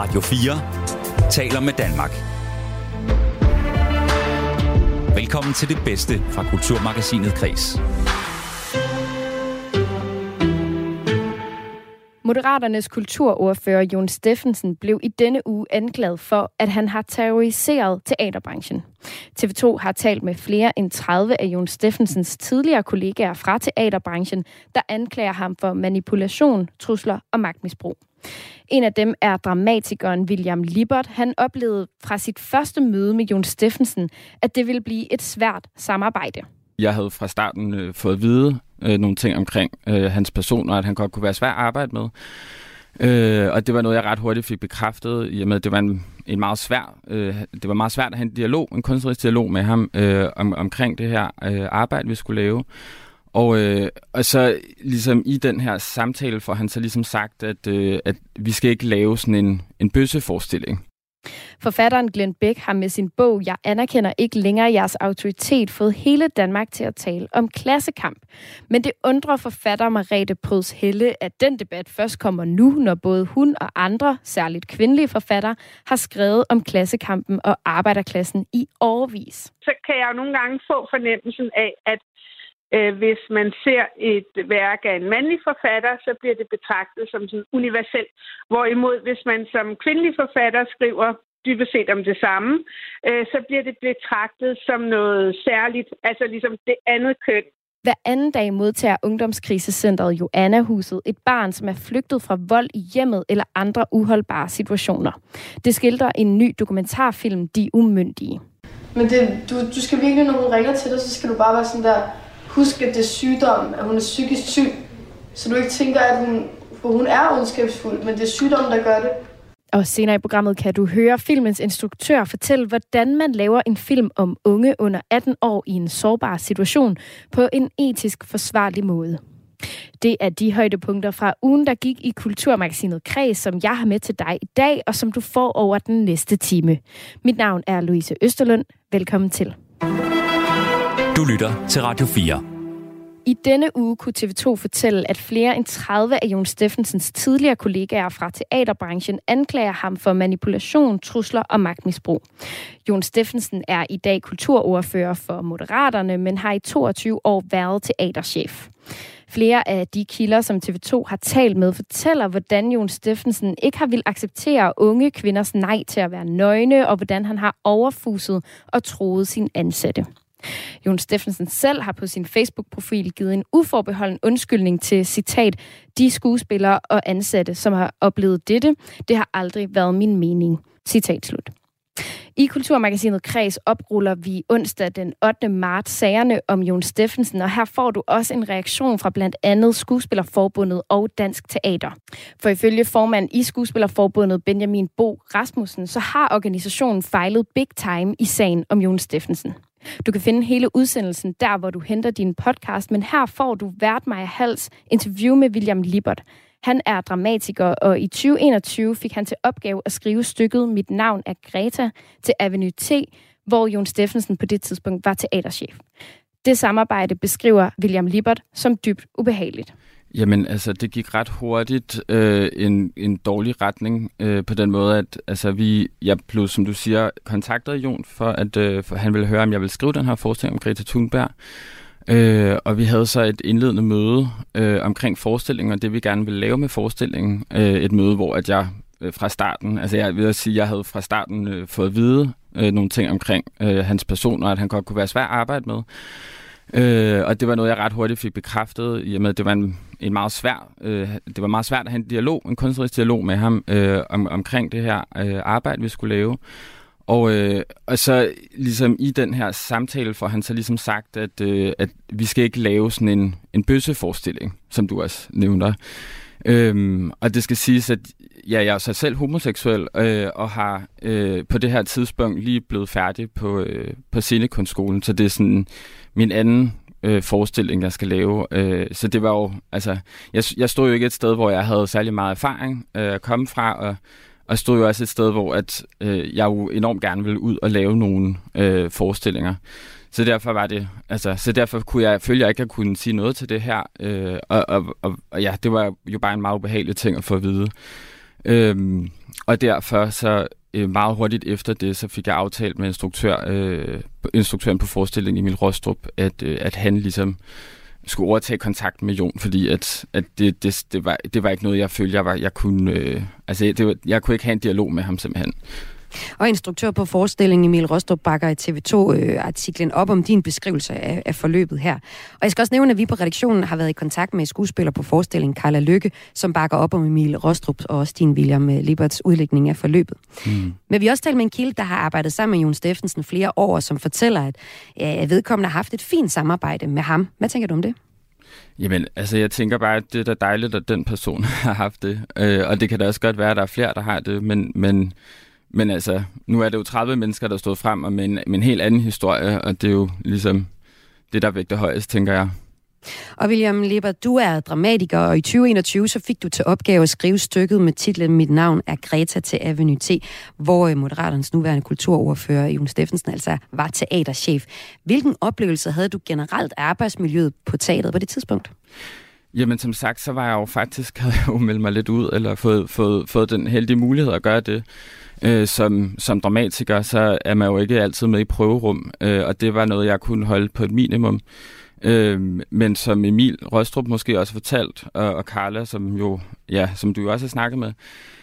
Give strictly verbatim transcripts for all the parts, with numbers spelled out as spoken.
Radio fire taler med Danmark. Velkommen til det bedste fra Kulturmagasinet Kres. Moderaternes kulturordfører Jon Stephensen blev i denne uge anklaget for, at han har terroriseret teaterbranchen. T V to har talt med flere end tredive af Jon Stephensens tidligere kollegaer fra teaterbranchen, der anklager ham for manipulation, trusler og magtmisbrug. En af dem er dramatikeren William Lippert. Han oplevede fra sit første møde med Jon Stephensen, at det ville blive et svært samarbejde. Jeg havde fra starten øh, fået at vide øh, nogle ting omkring øh, hans person, og at han godt kunne være svær at arbejde med. Øh, og det var noget, jeg ret hurtigt fik bekræftet, i og med, at det var en, en meget svær, øh, det var meget svært at have en dialog, en kunstnerisk dialog med ham øh, om, omkring det her øh, arbejde, vi skulle lave. Og, øh, og så ligesom i den her samtale får han så ligesom sagt, at, øh, at vi skal ikke lave sådan en, en bøsseforestilling. Forfatteren Glenn Bæk har med sin bog Jeg anerkender ikke længere jeres autoritet fået hele Danmark til at tale om klassekamp. Men det undrer forfatter Merete Pryds Helle, at den debat først kommer nu, når både hun og andre, særligt kvindelige forfattere, har skrevet om klassekampen og arbejderklassen i årevis. Så kan jeg jo nogle gange få fornemmelsen af, at øh, hvis man ser et værk af en mandlig forfatter, så bliver det betragtet som sådan universelt. Hvorimod hvis man som kvindelig forfatter skriver dybest set om det samme, øh, så bliver det betragtet som noget særligt, altså ligesom det andet køn. Hver anden dag modtager ungdomskrisecentret Joanna-huset et barn, som er flygtet fra vold i hjemmet eller andre uholdbare situationer. Det skildrer en ny dokumentarfilm, De Umyndige. Men det, du, du skal virkelig, når hun ringer til dig, så skal du bare være sådan der, husk at det er sygdom, at hun er psykisk syg, så du ikke tænker, at hun, for hun er ondskabsfuld, men det er sygdom, der gør det. Og senere i programmet kan du høre filmens instruktør fortælle, hvordan man laver en film om unge under atten år i en sårbar situation på en etisk forsvarlig måde. Det er de højdepunkter fra ugen, der gik i Kulturmagasinet Kres, som jeg har med til dig i dag, og som du får over den næste time. Mit navn er Louise Østerlund. Velkommen til. Du lytter til Radio fire. I denne uge kunne T V to fortælle, at flere end tredive af Jon Stephensens tidligere kollegaer fra teaterbranchen anklager ham for manipulation, trusler og magtmisbrug. Jon Stephensen er i dag kulturordfører for Moderaterne, men har i toogtyve år været teaterchef. Flere af de kilder, som T V to har talt med, fortæller, hvordan Jon Stephensen ikke har vil acceptere unge kvinders nej til at være nøgne, og hvordan han har overfuset og troet sin ansatte. Jon Stephensen selv har på sin Facebook-profil givet en uforbeholden undskyldning til, citat, de skuespillere og ansatte, som har oplevet dette. Det har aldrig været min mening. Citat slut. I Kulturmagasinet Kres opruller vi onsdag den ottende marts sagerne om Jon Stephensen, og her får du også en reaktion fra blandt andet Skuespillerforbundet og Dansk Teater. For ifølge formand i Skuespillerforbundet Benjamin Bo Rasmussen, så har organisationen fejlet big time i sagen om Jon Stephensen. Du kan finde hele udsendelsen der, hvor du henter din podcast, men her får du vært Maja Hals interview med William Lippert. Han er dramatiker, og i tyve enogtyve fik han til opgave at skrive stykket Mit navn er Greta til Avenue T, hvor Jon Stephensen på det tidspunkt var teaterchef. Det samarbejde beskriver William Lippert som dybt ubehageligt. Jamen, altså, det gik ret hurtigt øh, en, en dårlig retning øh, på den måde, at altså, vi, jeg blev, som du siger, kontaktede Jon for, at øh, for han ville høre, om jeg ville skrive den her forestilling om Greta Thunberg. Øh, og vi havde så et indledende møde øh, omkring forestillingen, og det vi gerne ville lave med forestillingen. Øh, et møde, hvor at jeg øh, fra starten, altså jeg vil sige, jeg havde fra starten øh, fået at vide øh, nogle ting omkring øh, hans person, og at han godt kunne være svær at arbejde med. Øh, og det var noget, jeg ret hurtigt fik bekræftet, i og med, at det var en, en meget svær, øh, det var meget svært at have en dialog, en kunstnerisk dialog med ham øh, om, omkring det her øh, arbejde, vi skulle lave. Og, øh, og så ligesom i den her samtale får han så ligesom sagt, at, øh, at vi skal ikke lave sådan en, en bøsseforestilling, som du også nævner. Øhm, og det skal siges, at ja, jeg er så selv homoseksuel øh, og har øh, på det her tidspunkt lige blevet færdig på, øh, på scenekunstskolen, så det er sådan min anden øh, forestilling, jeg skal lave. Øh, så det var jo, altså, jeg, jeg stod jo ikke et sted, hvor jeg havde særlig meget erfaring øh, at komme fra, og Og stod jo også et sted, hvor at, øh, jeg jo enormt gerne ville ud og lave nogle øh, forestillinger. Så derfor var det, altså, så derfor kunne jeg, følte jeg ikke, at jeg kunne sige noget til det her. Øh, og, og, og ja, det var jo bare en meget ubehagelig ting at få at vide. Øhm, og derfor så øh, meget hurtigt efter det, så fik jeg aftalt med instruktør, øh, instruktøren på forestillingen Emil Rostrup, at, øh, at han ligesom skulle overtage kontakt med Jon, fordi at, at det, det, det, var, det var ikke noget, jeg følte, jeg, var, jeg kunne... Øh, altså, det var, jeg kunne ikke have en dialog med ham simpelthen. Og instruktør på forestillingen Emil Rostrup bakker i T V to-artiklen øh, op om din beskrivelse af, af forløbet her. Og jeg skal også nævne, at vi på redaktionen har været i kontakt med skuespiller på forestillingen Carla Lykke, som bakker op om Emil Rostrup og også din William Liberts udlægning af forløbet. Mm. Men vi har også talt med en kilde, der har arbejdet sammen med Jon Steffensen flere år, som fortæller, at ja, vedkommende har haft et fint samarbejde med ham. Hvad tænker du om det? Jamen, altså jeg tænker bare, at det er da dejligt, at den person har haft det. Øh, og det kan da også godt være, at der er flere, der har det, men... men Men altså, nu er det jo tredive mennesker, der stod frem og med en, med en helt anden historie, og det er jo ligesom det, der vægter højest, tænker jeg. Og William Libert, du er dramatiker, og i tyve enogtyve så fik du til opgave at skrive stykket med titlen Mit navn er Greta til Avenue T, hvor Moderaternes nuværende kulturordfører Jon Steffensen altså var teaterchef. Hvilken oplevelse havde du generelt af arbejdsmiljøet på teateret på det tidspunkt? Jamen som sagt, så var jeg jo faktisk, havde jeg jo meldt mig lidt ud, eller fået, fået, fået den heldige mulighed at gøre det. Øh, som, som dramatiker, så er man jo ikke altid med i prøverum, øh, og det var noget, jeg kunne holde på et minimum. Øh, men som Emil Rostrup måske også fortalt, og, og Carla, som jo, ja, som du jo også har snakket med,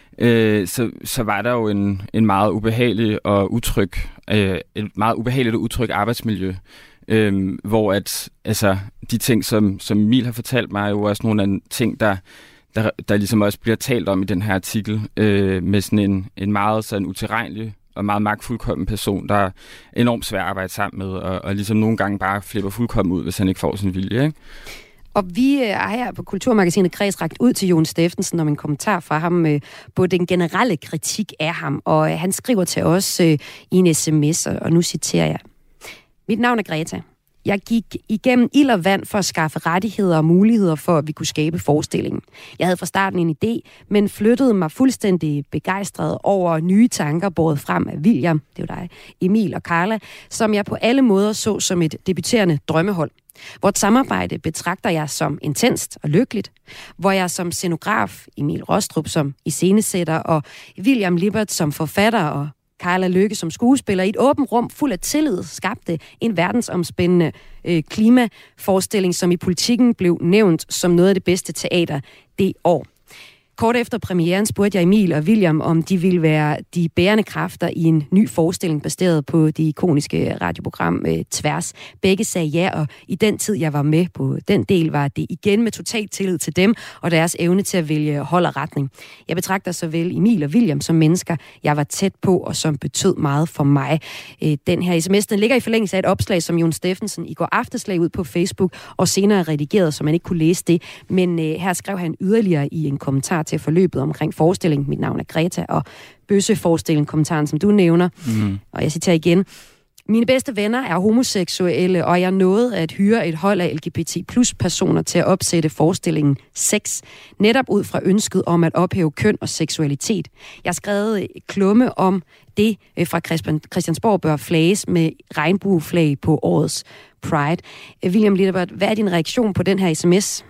øh, så, så var der jo en, en meget ubehagelig og utryg, øh, et meget ubehageligt og utryg arbejdsmiljø. Øh, hvor at, altså, de ting, som, som Emil har fortalt mig, er jo også nogle af de ting, der Der, der ligesom også bliver talt om i den her artikel, øh, med sådan en, en meget sådan utilregnelig og meget magtfuldkommen person, der er enormt svær at arbejde sammen med, og, og ligesom nogle gange bare flipper fuldkommen ud, hvis han ikke får sin vilje, ikke? Og vi er her på Kulturmagasinet Kreds rakt ud til Jon Steffensen om en kommentar fra ham øh, på den generelle kritik af ham, og øh, han skriver til os øh, i en sms, og nu citerer jeg. Mit navn er Greta. Jeg gik igennem ild og vand for at skaffe rettigheder og muligheder for, at vi kunne skabe forestillingen. Jeg havde fra starten en idé, men flyttede mig fuldstændig begejstret over nye tanker, båret frem af William, det er jo dig, Emil og Carla, som jeg på alle måder så som et debuterende drømmehold. Vort samarbejde betragter jeg som intenst og lykkeligt, hvor jeg som scenograf, Emil Rostrup som iscenesætter og William Libert som forfatter og Carla Lykke som skuespiller i et åbent rum fuld af tillid skabte en verdensomspændende øh, klimaforestilling, som i Politikken blev nævnt som noget af det bedste teater det år. Kort efter premieren spurgte jeg Emil og William, om de ville være de bærende kræfter i en ny forestilling baseret på det ikoniske radioprogram øh, Tværs. Begge sagde ja, og i den tid, jeg var med på den del, var det igen med total tillid til dem og deres evne til at vælge hold og retning. Jeg betragter såvel Emil og William som mennesker, jeg var tæt på og som betød meget for mig. Øh, den her sms, den ligger i forlængelse af et opslag, som Jon Steffensen i går aftes lagde ud på Facebook og senere redigeret, så man ikke kunne læse det. Men øh, her skrev han yderligere i en kommentar til forløbet omkring forestillingen. Mit navn er Greta, og bøsseforestillingen, kommentaren, som du nævner. Mm. Og jeg citerer igen. Mine bedste venner er homoseksuelle, og jeg nåede at hyre et hold af L G B T plus personer til at opsætte forestillingen Sex, netop ud fra ønsket om at ophæve køn og seksualitet. Jeg skrev klumme om det fra Christiansborg bør flages med regnbueflag på årets Pride. William Libert, hvad er din reaktion på den her sms?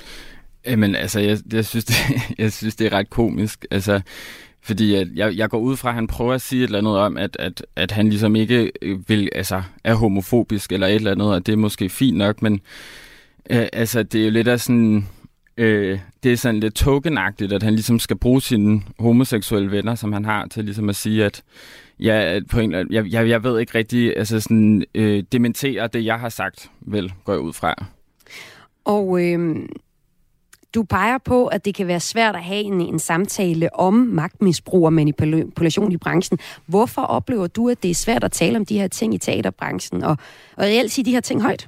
Jamen, altså, jeg, jeg, synes, det, jeg synes, det er ret komisk, altså, fordi at jeg, jeg går ud fra, at han prøver at sige et eller andet om, at, at, at han ligesom ikke vil, altså, er homofobisk eller et eller andet, og det er måske fint nok, men øh, altså, det er jo lidt af sådan, øh, det er sådan lidt tokenagtigt, at han ligesom skal bruge sine homoseksuelle venner, som han har, til ligesom at sige, at ja, på en, jeg, jeg, jeg ved ikke rigtig, altså sådan, øh, dementere det, jeg har sagt, vel, går jeg ud fra. Og øh... Du peger på, at det kan være svært at have en, en samtale om magtmisbrug og manipulation i branchen. Hvorfor oplever du, at det er svært at tale om de her ting i teaterbranchen, og, og reelt sige de her ting højt?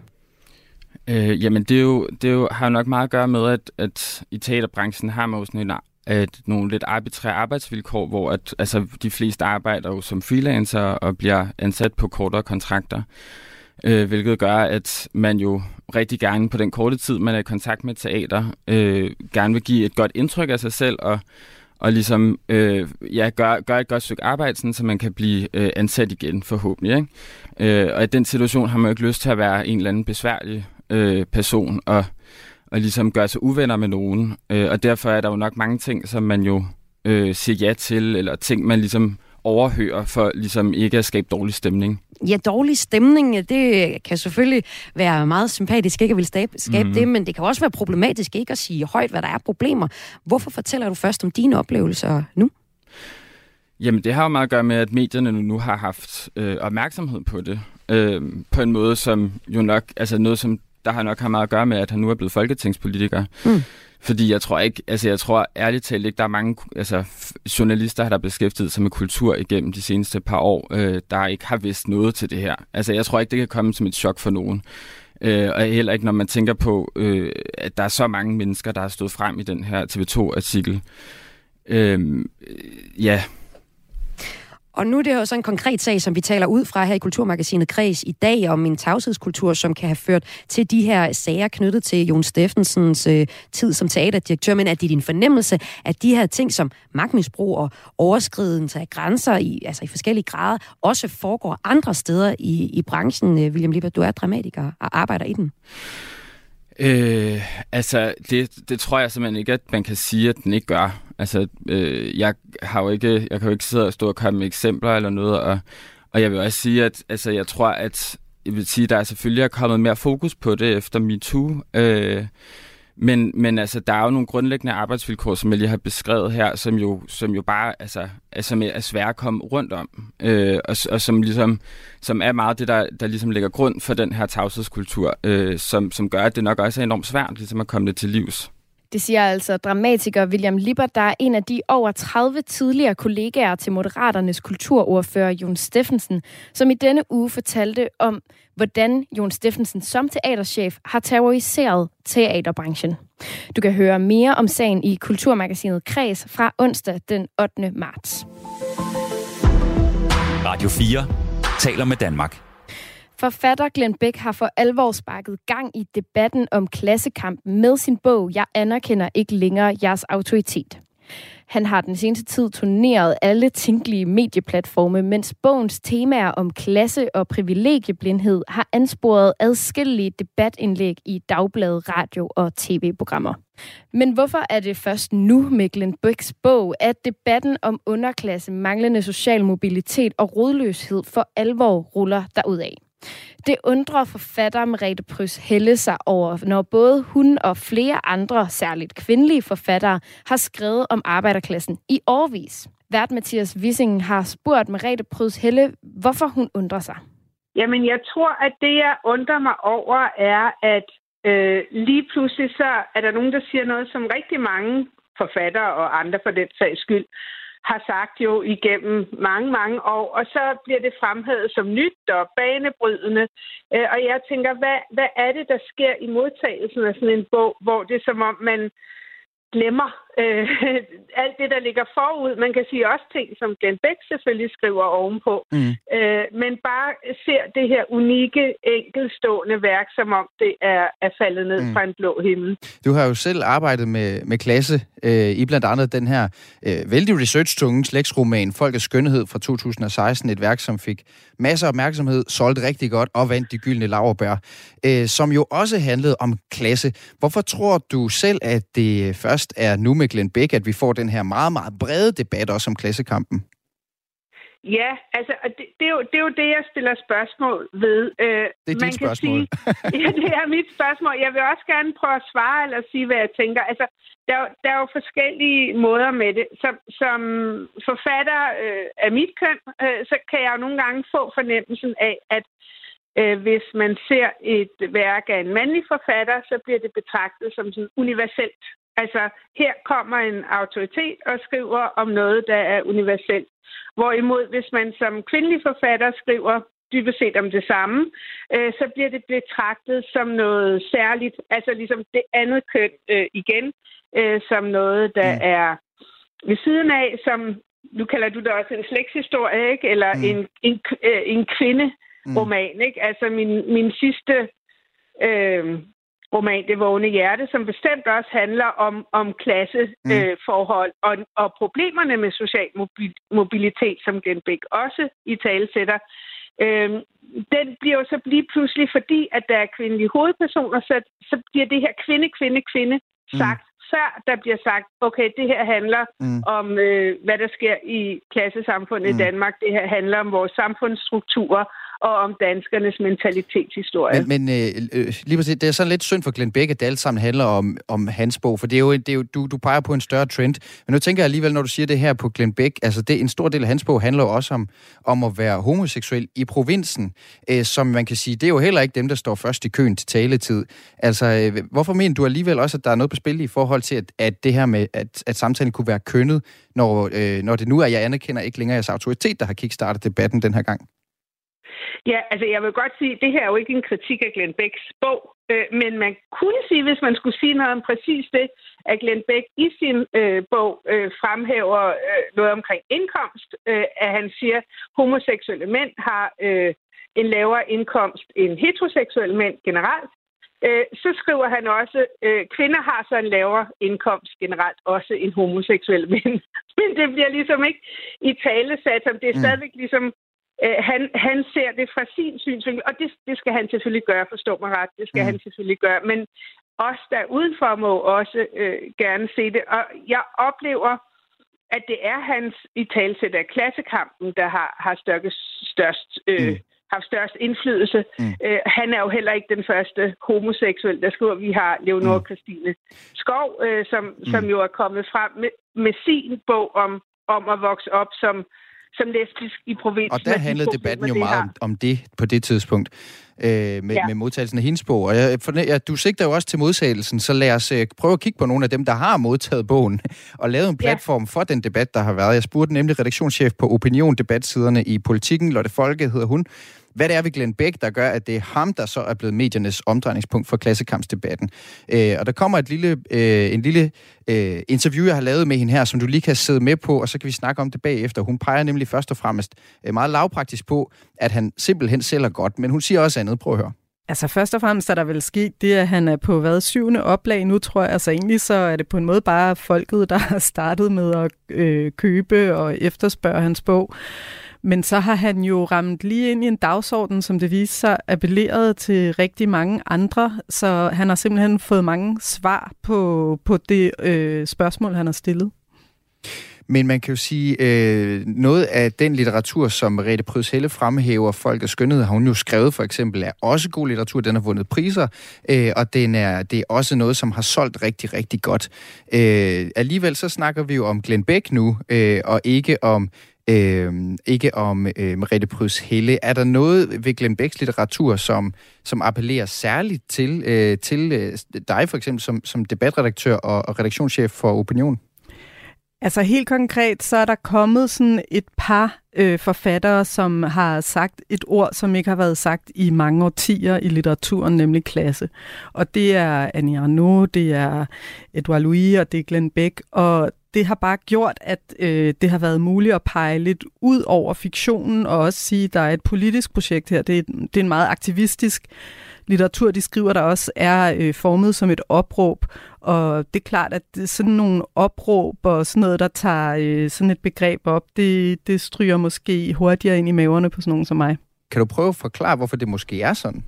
Øh, jamen, det, er jo, det er jo, har jo nok meget at gøre med, at, at i teaterbranchen har man jo sådan en, at nogle lidt arbitrære arbejdsvilkår, hvor at, altså, de fleste arbejder jo som freelancer og bliver ansat på kortere kontrakter. Øh, hvilket gør, at man jo rigtig gerne på den korte tid, man er i kontakt med teater, øh, gerne vil give et godt indtryk af sig selv, og, og ligesom øh, ja, gøre gør et godt stykke arbejde, sådan, så man kan blive øh, ansat igen forhåbentlig. Ikke? Øh, og i den situation har man jo ikke lyst til at være en eller anden besværlig øh, person, og, og ligesom gøre sig uvenner med nogen. Øh, og derfor er der jo nok mange ting, som man jo øh, siger ja til, eller ting, man ligesom overhører for ligesom ikke at skabe dårlig stemning. Ja, dårlig stemning, det kan selvfølgelig være meget sympatisk, ikke at vil skabe mm-hmm. det, men det kan også være problematisk ikke at sige højt, hvad der er problemer. Hvorfor fortæller du først om dine oplevelser nu? Jamen, det har jo meget at gøre med, at medierne nu, nu har haft øh, opmærksomhed på det. Øh, på en måde, som jo nok, altså noget, som der har nok har meget at gøre med, at han nu er blevet folketingspolitiker. Mm. Fordi jeg tror ikke, altså jeg tror ærligt talt ikke, der er mange altså, journalister, der har beskæftiget sig med kultur igennem de seneste par år, øh, der ikke har vidst noget til det her. Altså jeg tror ikke, det kan komme som et chok for nogen. Øh, og heller ikke, når man tænker på, øh, at der er så mange mennesker, der har stået frem i den her T V to-artikel. Øh, ja... Og nu er det jo så en konkret sag, som vi taler ud fra her i Kulturmagasinet Kreds i dag, om en tavshedskultur, som kan have ført til de her sager knyttet til Jon Stephensens øh, tid som teaterdirektør. Men er det din fornemmelse, at de her ting som magtmisbrug og overskridelse af grænser i, altså i forskellige grader, også foregår andre steder i, i branchen? Øh, William Lippert, du er dramatiker og arbejder i den. Øh, altså, det, det tror jeg simpelthen ikke, at man kan sige, at den ikke gør. Altså, øh, jeg har jo ikke, jeg kan jo ikke sidde og stå og komme med eksempler eller noget, og, og jeg vil også sige, at altså, jeg tror, at jeg vil sige, at der er selvfølgelig er kommet mere fokus på det efter MeToo, øh, men, men altså, der er jo nogle grundlæggende arbejdsvilkår, som jeg lige har beskrevet her, som jo, som jo bare altså, altså, er svære at komme rundt om, øh, og, og som, ligesom, som er meget det, der, der ligesom lægger grund for den her tavshedskultur, øh, som, som gør, at det nok også er enormt svært ligesom at komme det til livs. Det siger altså dramatiker William Lippert, der er en af de over tredive tidligere kollegaer til Moderaternes kulturordfører Jon Stephensen, som i denne uge fortalte om, hvordan Jon Stephensen som teaterchef har terroriseret teaterbranchen. Du kan høre mere om sagen i Kulturmagasinet Kreds fra onsdag den ottende marts. Radio fire taler med Danmark. Forfatter Glenn Bæk har for alvor sparket gang i debatten om klassekampen med sin bog Jeg anerkender ikke længere jeres autoritet. Han har den seneste tid turneret alle tænkelige medieplatforme, mens bogens temaer om klasse og privilegieblindhed har ansporet adskillige debatindlæg i dagblade, radio og tv-programmer. Men hvorfor er det først nu med Glenn Bæks bog, at debatten om underklasse, manglende social mobilitet og rodløshed for alvor ruller derudad? Det undrer forfatter Merete Pryds Helle sig over, når både hun og flere andre, særligt kvindelige forfattere, har skrevet om arbejderklassen i årevis. Vært Mathias Wissing har spurgt Merete Pryds Helle, hvorfor hun undrer sig. Jamen, jeg tror, at det, jeg undrer mig over, er, at øh, lige pludselig så er der nogen, der siger noget, som rigtig mange forfattere og andre for den sags skyld har sagt jo igennem mange, mange år, og så bliver det fremhævet som nyt og banebrydende. Og jeg tænker, hvad, hvad er det, der sker i modtagelsen af sådan en bog, hvor det er som om, man glemmer øh, alt det, der ligger forud. Man kan sige også ting, som Glenn Bæk selvfølgelig skriver ovenpå, mm. øh, men bare ser det her unikke, enkeltstående værk, som om det er, er faldet ned mm. fra en blå himmel. Du har jo selv arbejdet med, med klasse øh, i blandt andet den her øh, vældig research-tunge slægtsroman Folkets Skønhed fra to tusind og seksten, et værk, som fik masser af opmærksomhed, solgte rigtig godt og vandt de gyldne laurbær, øh, som jo også handlede om klasse. Hvorfor tror du selv, at det først er nu med Glenn Bæk, at vi får den her meget, meget brede debat også om klassekampen? Ja, altså, det, det, er jo, det er jo det, jeg stiller spørgsmål ved. Øh, det er dit spørgsmål. Sige, ja, det er mit spørgsmål. Jeg vil også gerne prøve at svare eller sige, hvad jeg tænker. Altså, der, der er jo forskellige måder med det. Som, som forfatter øh, af mit køn, øh, så kan jeg jo nogle gange få fornemmelsen af, at øh, hvis man ser et værk af en mandlig forfatter, så bliver det betragtet som sådan universelt. Altså, her kommer en autoritet og skriver om noget, der er universelt. Hvorimod, hvis man som kvindelig forfatter skriver dybest set om det samme, øh, så bliver det betragtet som noget særligt, altså ligesom det andet køn øh, igen, øh, som noget, der mm. er ved siden af, som, nu kalder du det også en slægtshistorie, ikke? Eller mm. en, en, øh, en kvinderoman, mm. ikke? Altså min, min sidste... Øh, roman Det vågne hjerte, som bestemt også handler om, om klasseforhold mm. øh, og, og problemerne med social mobil- mobilitet, som Glenn Bæk også i tale sætter. Øh, den bliver jo så lige pludselig, fordi at der er kvindelige hovedpersoner, så, så bliver det her kvinde, kvinde, kvinde sagt mm. før der bliver sagt, okay, det her handler mm. om, øh, hvad der sker i klassesamfundet mm. i Danmark. Det her handler om vores samfundsstrukturer og om danskernes mentalitetshistorie. Men, men øh, lige præcis, det er sådan lidt synd for Glenn Bæk, at det alt sammen handler om, om hans bog, for det er jo, det er jo du, du peger på en større trend. Men nu tænker jeg alligevel, når du siger det her på Glenn Bæk, altså det, en stor del af hans bog handler jo også om, om at være homoseksuel i provinsen, øh, som man kan sige, det er jo heller ikke dem, der står først i køen til taletid. Altså, øh, hvorfor mener du alligevel også, at der er noget på spil i forhold til, at, at det her med, at, at samtalen kunne være kønnet, når, øh, når det nu er, jeg anerkender ikke længere jeres autoritet, der har kickstartet debatten den her gang? Ja, altså jeg vil godt sige, at det her er jo ikke en kritik af Glenn Bæks bog, øh, men man kunne sige, hvis man skulle sige noget om præcis det, at Glenn Bæk i sin øh, bog øh, fremhæver øh, noget omkring indkomst, øh, at han siger, at homoseksuelle mænd har øh, en lavere indkomst end heteroseksuelle mænd generelt. Øh, så skriver han også, at øh, kvinder har så en lavere indkomst generelt, også end homoseksuelle mænd. Men det bliver ligesom ikke i talesat, som det er stadigvæk ligesom Uh, han, han ser det fra sin synsvinkel, og det, det skal han selvfølgelig gøre, forstå mig ret, det skal mm. han selvfølgelig gøre, men os der udenfor må også uh, gerne se det, og jeg oplever, at det er hans italesæt af klassekampen, der har, har størst, størst, uh, mm. haft størst indflydelse. Mm. Uh, han er jo heller ikke den første homoseksuel, der skriver, vi har Leonora mm. Christine Skov, uh, som, mm. som jo er kommet frem med, med sin bog om, om at vokse op som som lesbisk i provinsen. Og der handlede debatten jo meget om, om det på det tidspunkt, øh, med, ja. med modtagelsen af hendes bog. Og jeg, for, ja, du sigter jo også til modtagelsen, så lad os øh, prøve at kigge på nogle af dem, der har modtaget bogen, og lavet en platform ja. for den debat, der har været. Jeg spurgte nemlig redaktionschef på Opinion debatsiderne i Politikken, Lotte Folke hedder hun, hvad det er ved Glenn Bæk, der gør, at det er ham, der så er blevet mediernes omdrejningspunkt for klassekampsdebatten. Øh, og der kommer et lille, øh, en lille øh, interview, jeg har lavet med hende her, som du lige kan sidde med på, og så kan vi snakke om det bagefter. Hun peger nemlig først og fremmest øh, meget lavpraktisk på, at han simpelthen sælger godt, men hun siger også andet. Prøv at høre. Altså først og fremmest er der vel sket det, at han er på hvad, syvende oplag nu, tror jeg. Altså egentlig så er det på en måde bare folket, der har startet med at øh, købe og efterspørge hans bog. Men så har han jo ramt lige ind i en dagsorden, som det viser sig, appelleret til rigtig mange andre. Så han har simpelthen fået mange svar på, på det øh, spørgsmål, han har stillet. Men man kan jo sige, øh, noget af den litteratur, som Merete Pryds Helle fremhæver, Folkets skønhed, har hun jo skrevet for eksempel, er også god litteratur. Den har vundet priser, øh, og den er, det er også noget, som har solgt rigtig, rigtig godt. Øh, alligevel så snakker vi jo om Glenn Bæk nu, øh, og ikke om Øh, ikke om øh, Merete Pryds Helle. Er der noget ved Glenn Bæks litteratur, som, som appellerer særligt til, øh, til øh, dig for eksempel som, som debatredaktør og, og redaktionschef for Opinion? Altså helt konkret, så er der kommet sådan et par øh, forfattere, som har sagt et ord, som ikke har været sagt i mange årtier i litteraturen, nemlig klasse. Og det er Annie Ernaux, det er Edouard Louis og det er Glenn Bæk, og det har bare gjort, at øh, det har været muligt at pege lidt ud over fiktionen, og også sige, at der er et politisk projekt her. Det er, det er en meget aktivistisk litteratur, de skriver, der også er øh, formet som et opråb. Og det er klart, at det, sådan nogle opråb og sådan noget, der tager øh, sådan et begreb op, det, det stryger måske hurtigere ind i maverne på sådan nogen som mig. Kan du prøve at forklare, hvorfor det måske er sådan?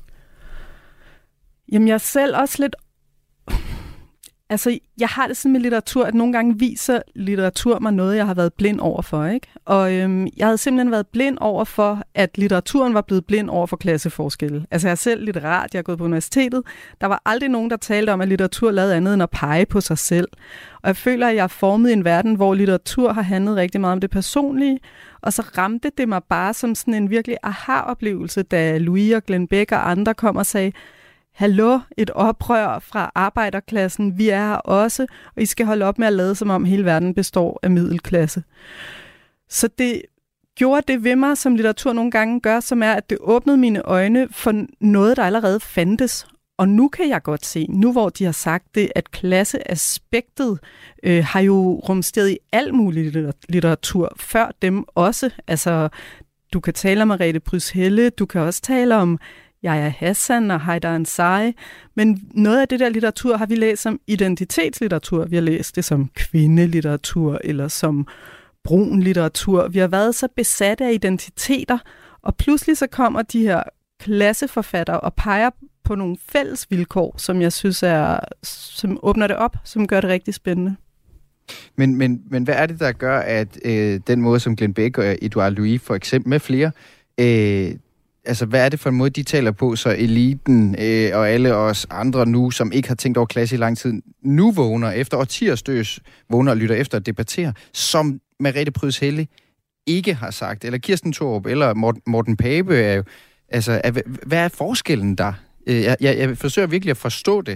Jamen, jeg er selv også lidt... Altså, jeg har det sådan med litteratur, at nogle gange viser litteratur mig noget, jeg har været blind over for, ikke? Og øhm, jeg havde simpelthen været blind over for, at litteraturen var blevet blind over for klasseforskelle. Altså, jeg er selv litterat, jeg er gået på universitetet. Der var aldrig nogen, der talte om, at litteratur lavede andet end at pege på sig selv. Og jeg føler, at jeg er formet i en verden, hvor litteratur har handlet rigtig meget om det personlige. Og så ramte det mig bare som sådan en virkelig aha-oplevelse, da Louis og Glenn Bæk og andre kom og sagde, hallo, et oprør fra arbejderklassen, vi er her også, og I skal holde op med at lade, som om hele verden består af middelklasse. Så det gjorde det ved mig, som litteratur nogle gange gør, som er, at det åbnede mine øjne for noget, der allerede fandtes. Og nu kan jeg godt se, nu hvor de har sagt det, at klasseaspektet øh, har jo rumsteret i al mulig litteratur, før dem også. Altså, du kan tale om Merete Pryds Helle, du kan også tale om Yahya Hassan og Haidar Ansari, men noget af det der litteratur har vi læst som identitetslitteratur. Vi har læst det som kvindelitteratur eller som brun litteratur. Vi har været så besatte af identiteter, og pludselig så kommer de her klasseforfattere og peger på nogle fælles vilkår, som jeg synes er, som åbner det op, som gør det rigtig spændende. Men, men, men hvad er det, der gør, at øh, den måde, som Glenn Bæk og Edouard Louis for eksempel med flere, øh, altså hvad er det for en måde, de taler på, så eliten øh, og alle os andre nu, som ikke har tænkt over klasse i lang tid, nu vågner efter årtiers støs, vågner og lytter efter at debattere, som Merete Pryds Helle ikke har sagt, eller Kirsten Thorup, eller Morten, Morten Pape er jo, altså er, hvad er forskellen der? Jeg, jeg, jeg forsøger virkelig at forstå det.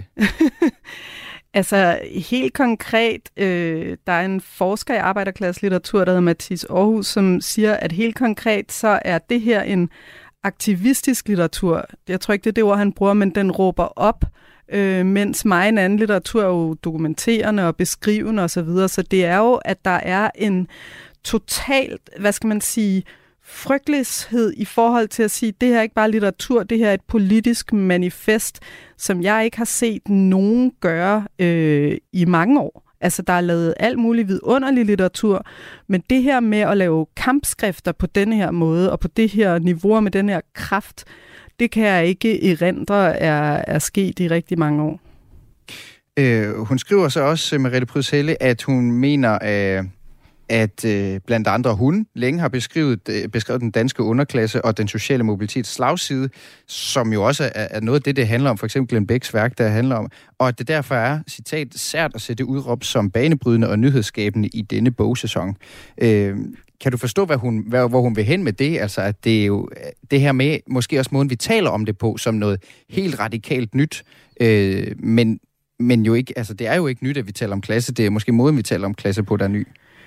Altså helt konkret, øh, der er en forsker i arbejderklasselitteratur, der hedder Mathias Aarhus, som siger, at helt konkret så er det her en aktivistisk litteratur. Jeg tror ikke, det er det ord, han bruger, men den råber op, øh, mens meget anden litteratur er jo dokumenterende og beskrivende osv. Så, videre. Så det er jo, at der er en totalt, hvad skal man sige, frygtelighed i forhold til at sige, det her er ikke bare litteratur, det her er et politisk manifest, som jeg ikke har set nogen gøre øh, i mange år. Altså, der er lavet alt muligt vidunderlig litteratur, men det her med at lave kampskrifter på denne her måde, og på det her niveau med den her kraft, det kan jeg ikke erindre er, er sket i rigtig mange år. Øh, hun skriver så også, Merete Pryds Helle, at hun mener, øh, at øh, blandt andre hun længe har beskrevet, øh, beskrevet den danske underklasse og den sociale mobilitets slagside, som jo også er, er noget af det, det handler om, for eksempel Glenn Bæks værk, der handler om, og at det derfor er, citat, sært at sætte udråb som banebrydende og nyhedsskabende i denne bogsæson. Øh, kan du forstå, hvad hun, hvad, hvor hun vil hen med det? Altså, at det er jo det her med, måske også måden, vi taler om det på, som noget helt radikalt nyt, øh, men, men jo ikke, altså det er jo ikke nyt, at vi taler om klasse, det er måske måden, vi taler om klasse på, der er ny.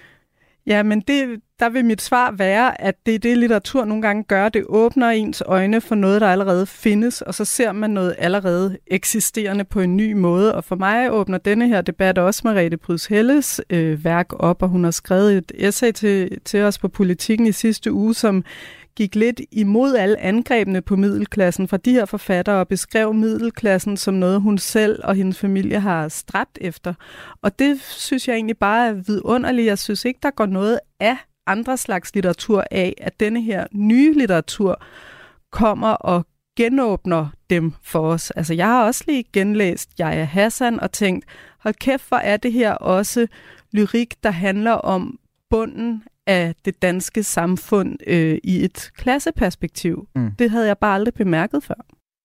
Ja, men det, der vil mit svar være, at det er det, litteratur nogle gange gør. Det åbner ens øjne for noget, der allerede findes, og så ser man noget allerede eksisterende på en ny måde. Og for mig åbner denne her debat også Merete Pryds Helles øh, værk op, og hun har skrevet et essay til, til os på Politikken i sidste uge, som gik lidt imod alle angrebene på middelklassen fra de her forfattere og beskrev middelklassen som noget, hun selv og hendes familie har stræbt efter. Og det synes jeg egentlig bare er vidunderligt. Jeg synes ikke, der går noget af andre slags litteratur af, at denne her nye litteratur kommer og genåbner dem for os. Altså, jeg har også lige genlæst Yahya Hassan og tænkt, hold kæft, hvor er det her også lyrik, der handler om bunden af det danske samfund øh, i et klasseperspektiv. Mm. Det havde jeg bare aldrig bemærket før.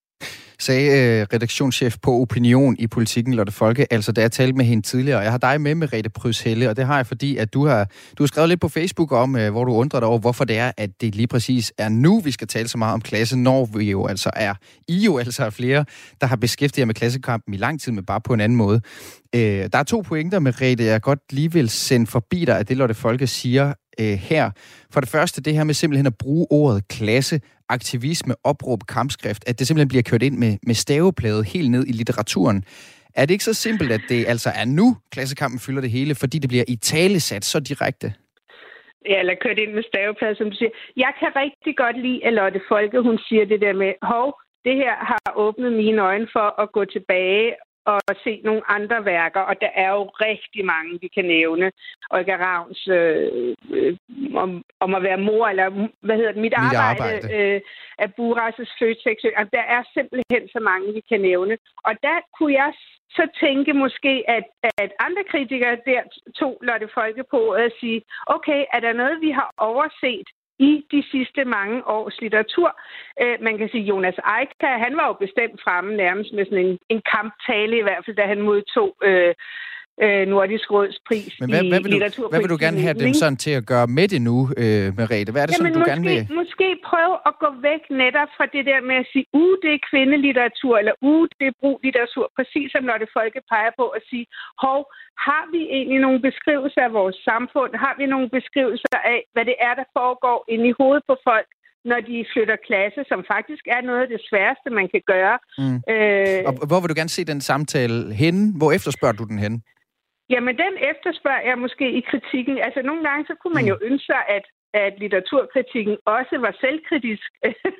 Sagde øh, redaktionschef på Opinion i Politikken, Lotte Folke, altså da jeg talte med hende tidligere. Jeg har dig med, Merete Pryds Helle, og det har jeg, fordi at du har, du har skrevet lidt på Facebook om, øh, hvor du undrer dig over, hvorfor det er, at det lige præcis er nu, vi skal tale så meget om klasse, når vi jo altså er, I jo altså er flere, der har beskæftiget jer med klassekampen i lang tid, men bare på en anden måde. Øh, der er to pointer, Merete, jeg godt lige vil sende forbi dig, at det Lotte Folke siger øh, her. For det første, det her med simpelthen at bruge ordet klasse, aktivisme, opråb, kampskrift, at det simpelthen bliver kørt ind med, med staveplade helt ned i litteraturen. Er det ikke så simpelt, at det altså er nu, klassekampen fylder det hele, fordi det bliver i talesat så direkte? Ja, eller kørt ind med staveplade, som du siger. Jeg kan rigtig godt lide, at Lotte Folke, hun siger det der med, hov, det her har åbnet mine øjne for at gå tilbage og se nogle andre værker, og der er jo rigtig mange, vi kan nævne. Olga Ravns øh, øh, om, om at være mor, eller hvad hedder det, mit, mit arbejde, arbejde. Øh, af Buras' Føtex. Der er simpelthen så mange, vi kan nævne. Og der kunne jeg så tænke måske, at, at andre kritikere der tog Lotte Folke på at sige, okay, er der noget, vi har overset i de sidste mange års litteratur? Øh, man kan sige, Jonas Eika, han var jo bestemt fremme nærmest med sådan en, en kamptale, i hvert fald, da han modtog øh, øh, Nordisk Råds pris. Men hvad, i hvad, vil du, litteraturpris. hvad vil du gerne have dem sådan til at gøre med det nu, øh, Merete? Hvad er det Jamen, sådan, du måske, gerne vil? Måske prøve at gå væk netop fra det der med at sige, uh, det er kvindelitteratur, eller uh, det er bruglitteratur, præcis som Lotte Folke peger på, at sige, hov, har vi egentlig nogle beskrivelser af vores samfund? Har vi nogle beskrivelser af, hvad det er, der foregår inde i hovedet på folk, når de flytter klasse, som faktisk er noget af det sværeste, man kan gøre? Mm. Øh, Og hvor vil du gerne se den samtale henne? Hvor efterspørger du den henne? Jamen, den efterspørger jeg måske i kritikken. Altså, nogle gange, så kunne man jo ønske sig, at, at litteraturkritikken også var selvkritisk.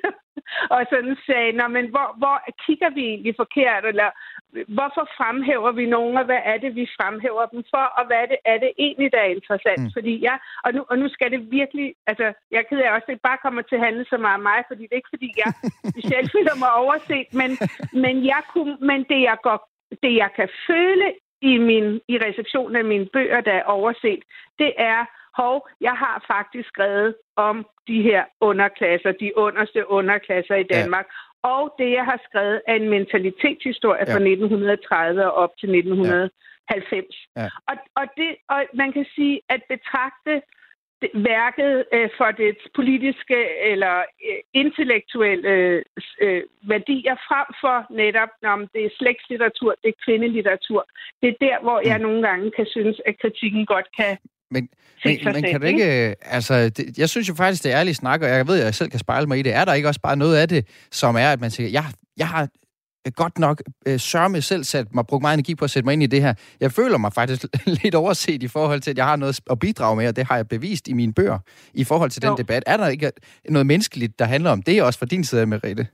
og sådan sagde, nå, men hvor, hvor kigger vi egentlig forkert, eller hvorfor fremhæver vi nogen, og hvad er det, vi fremhæver dem for, og hvad er det, er det egentlig, der er interessant? Mm. Fordi jeg, og nu, og nu skal det virkelig, altså, jeg er ked af også, at det ikke bare kommer til at handle så meget om mig, fordi det er ikke, fordi jeg specielt føler mig overset, men, men, jeg kunne, men det, jeg går, det, jeg kan føle i, min, i receptionen af mine bøger, der er overset, det er, hov, jeg har faktisk skrevet om de her underklasser, de underste underklasser i Danmark. Ja. Og det, jeg har skrevet, er en mentalitetshistorie ja. fra nitten tredive og op til nitten halvfems. Ja. Ja. Og, og, det, og man kan sige, at betragte det, værket øh, for dets politiske eller øh, intellektuelle øh, værdier frem for netop, om det er slægtslitteratur, det er kvindelitteratur. Det er der, hvor jeg mm. nogle gange kan synes, at kritikken godt kan... Men, men, men kan du ikke... Altså, det, jeg synes jo faktisk, det er ærligt snak, og jeg ved, at jeg selv kan spejle mig i det. Er der ikke også bare noget af det, som er, at man siger, jeg, jeg har godt nok øh, sørme selv sat mig, brugt meget energi på at sætte mig ind i det her. Jeg føler mig faktisk lidt overset i forhold til, at jeg har noget at bidrage med, og det har jeg bevist i mine bøger i forhold til den jo. debat. Er der ikke noget menneskeligt, der handler om det også fra din side, Merete?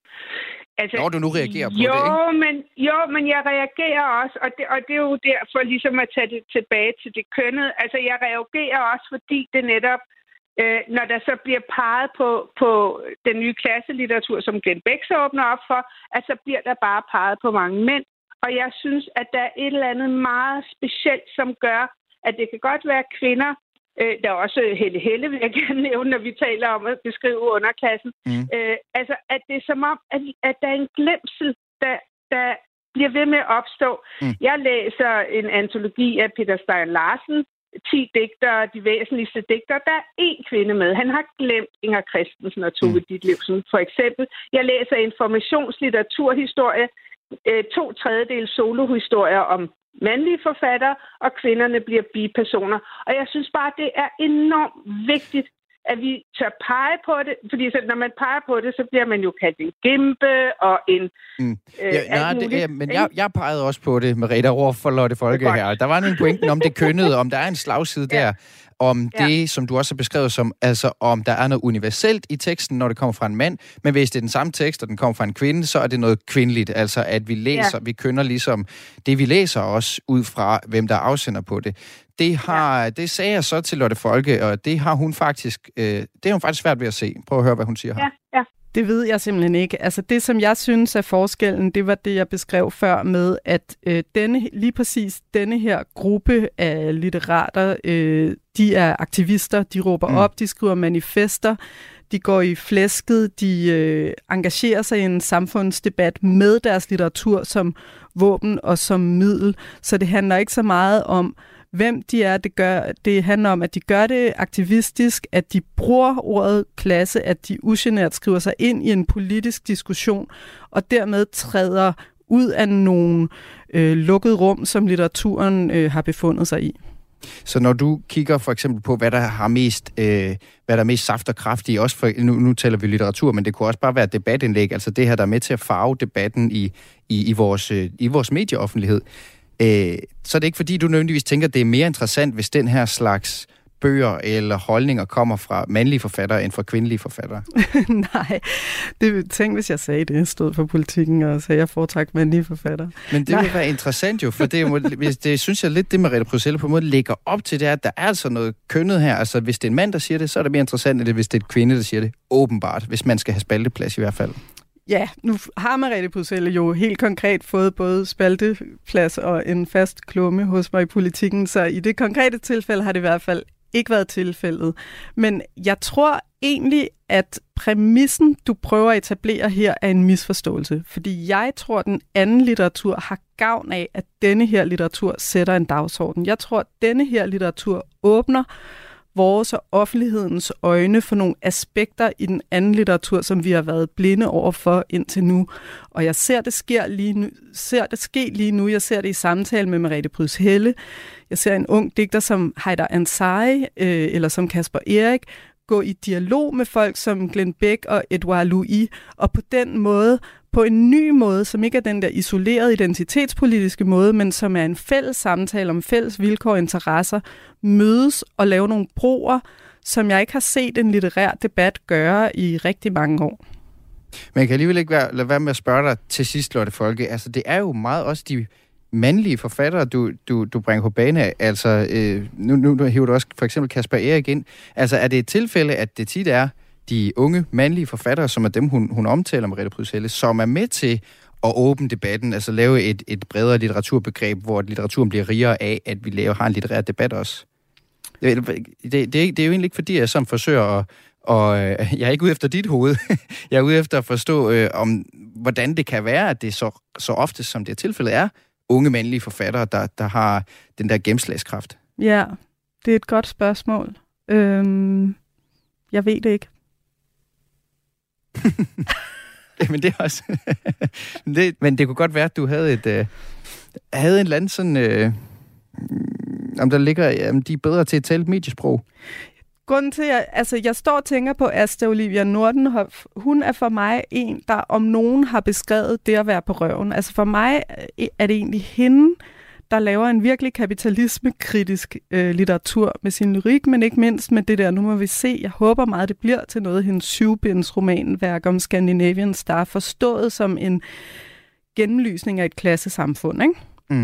Altså, når du nu reagerer på jo, det, ikke? Men, jo, men jeg reagerer også, og det, og det er jo derfor ligesom at tage det tilbage til det kønnede. Altså, jeg reagerer også, fordi det netop, øh, når der så bliver peget på, på den nye klasselitteratur, som Glenn Bech så åbner op for, at så bliver der bare peget på mange mænd. Og jeg synes, at der er et eller andet meget specielt, som gør, at det kan godt være kvinder. Der er også Helle Helle, vil jeg gerne nævne, når vi taler om at beskrive underklassen. Mm. Øh, altså, at det er som om, at, at der er en glemsel, der, der bliver ved med at opstå. Mm. Jeg læser en antologi af Peter Stein Larsen, ti digtere, de væsentligste digtere. Der er én kvinde med. Han har glemt Inger Christensen og Tove mm. Ditlevsen, for eksempel. Jeg læser informationslitteraturhistorie, øh, to tredjedel solohistorier om mandlige forfattere, og kvinderne bliver bipersoner. Og jeg synes bare, det er enormt vigtigt, at vi tør pege på det, fordi så, når man peger på det, så bliver man jo kaldt en gimpe og en... Mm. Øh, ja, nej, det, ja, men jeg, jeg pegede også på det med Rita over for Lotte Folke her. Der var en pointen om det kønnede, om der er en slagside ja. der, om ja. det, som du også har beskrevet som, altså om der er noget universelt i teksten, når det kommer fra en mand, men hvis det er den samme tekst, og den kommer fra en kvinde, så er det noget kvindeligt, altså at vi læser, ja. vi kønner ligesom det, vi læser også ud fra, hvem der afsender på det. Det, har, ja. det sagde jeg så til Lotte Folke, og det har hun faktisk, øh, det er hun faktisk svært ved at se. Prøv at høre, hvad hun siger her. Ja, ja. Det ved jeg simpelthen ikke. Altså det, som jeg synes er forskellen, det var det, jeg beskrev før med, at øh, denne, lige præcis denne her gruppe af litterater, øh, de er aktivister, de råber mm. op, de skriver manifester, de går i flæsket, de øh, engagerer sig i en samfundsdebat med deres litteratur som våben og som middel. Så det handler ikke så meget om, hvem de er. Det, gør, det handler om, at de gør det aktivistisk, at de bruger ordet klasse, at de ugenert skriver sig ind i en politisk diskussion, og dermed træder ud af nogle øh, lukkede rum, som litteraturen øh, har befundet sig i. Så når du kigger for eksempel på, hvad der har mest, øh, hvad der er mest saft og kraft i, også for, nu, nu taler vi litteratur, men det kunne også bare være debatindlæg, altså det her, der er med til at farve debatten i, i, i, vores, øh, i vores medieoffentlighed. Øh, så er det ikke fordi, du nødvendigvis tænker, at det er mere interessant, hvis den her slags bøger eller holdninger kommer fra mandlige forfattere end fra kvindelige forfattere? Nej, det tænk, hvis jeg sagde det, stod for politikken og sagde, at jeg foretrækker mandlige forfattere. Men det Nej. vil være interessant jo, for det, må, det synes jeg lidt, det Merete Prydselle på en måde lægger op til, det er, at der er altså noget kønnet her. Altså, hvis det er en mand, der siger det, så er det mere interessant, end hvis det er en kvinde, der siger det. Åbenbart, hvis man skal have spalteplads i hvert fald. Ja, nu har Merete Prydselle jo helt konkret fået både spalteplads og en fast klumme hos mig i politikken, så i det konkrete tilfælde har det i hvert fald ikke været tilfældet. Men jeg tror egentlig, at præmissen, du prøver at etablere her, er en misforståelse. Fordi jeg tror, at den anden litteratur har gavn af, at denne her litteratur sætter en dagsorden. Jeg tror, at denne her litteratur åbner vores og offentlighedens øjne for nogle aspekter i den anden litteratur, som vi har været blinde over for indtil nu. Og jeg ser det, sker lige nu, ser det ske lige nu. Jeg ser det i samtale med Merete Prydselle. Jeg ser en ung digter som Haydar Ansari øh, eller som Kasper Erik gå i dialog med folk som Glenn Bech og Edouard Louis, og på den måde, på en ny måde, som ikke er den der isolerede identitetspolitiske måde, men som er en fælles samtale om fælles vilkår og interesser, mødes og lave nogle broer, som jeg ikke har set en litterær debat gøre i rigtig mange år. Men jeg kan alligevel ikke være, lade være med at spørge dig til sidst, Lotte Folke. Altså, det er jo meget også de mandlige forfattere, du, du, du bringer på bane. Altså, øh, nu, nu, nu hiver du også for eksempel Kasper Erik ind. Altså, er det et tilfælde, at det tit er de unge mandlige forfattere, som er dem, hun, hun omtaler, Merete Pryds Helle, som er med til at åbne debatten, altså lave et, et bredere litteraturbegreb, hvor litteraturen bliver rigere af, at vi laver, har en litterær debat også? Det, det, det, det er jo egentlig ikke, fordi jeg sådan forsøger at Og øh, jeg er ikke ude efter dit hoved. Jeg er ude efter at forstå, øh, om hvordan det kan være, at det så, så ofte, som det er tilfældet, er unge mandlige forfattere, der, der har den der gennemslagskraft. Ja, det er et godt spørgsmål. Øhm, jeg ved det ikke. Men det er også... det, men det kunne godt være, at du havde et øh, havde en eller anden sådan... Øh, om der ligger... Om de er bedre til at tale et mediesprog. Grunden til, at altså, jeg står og tænker på Asta Olivia Nordenhof. Hun er for mig en, der om nogen har beskrevet det at være på røven. Altså for mig er det egentlig hende, der laver en virkelig kapitalismekritisk øh, litteratur med sin lyrik, men ikke mindst med det der, nu må vi se, jeg håber meget, det bliver til noget, hendes syvbinds romanværk om Scandinavian Star, forstået som en gennemlysning af et klassesamfund, ikke? Mm.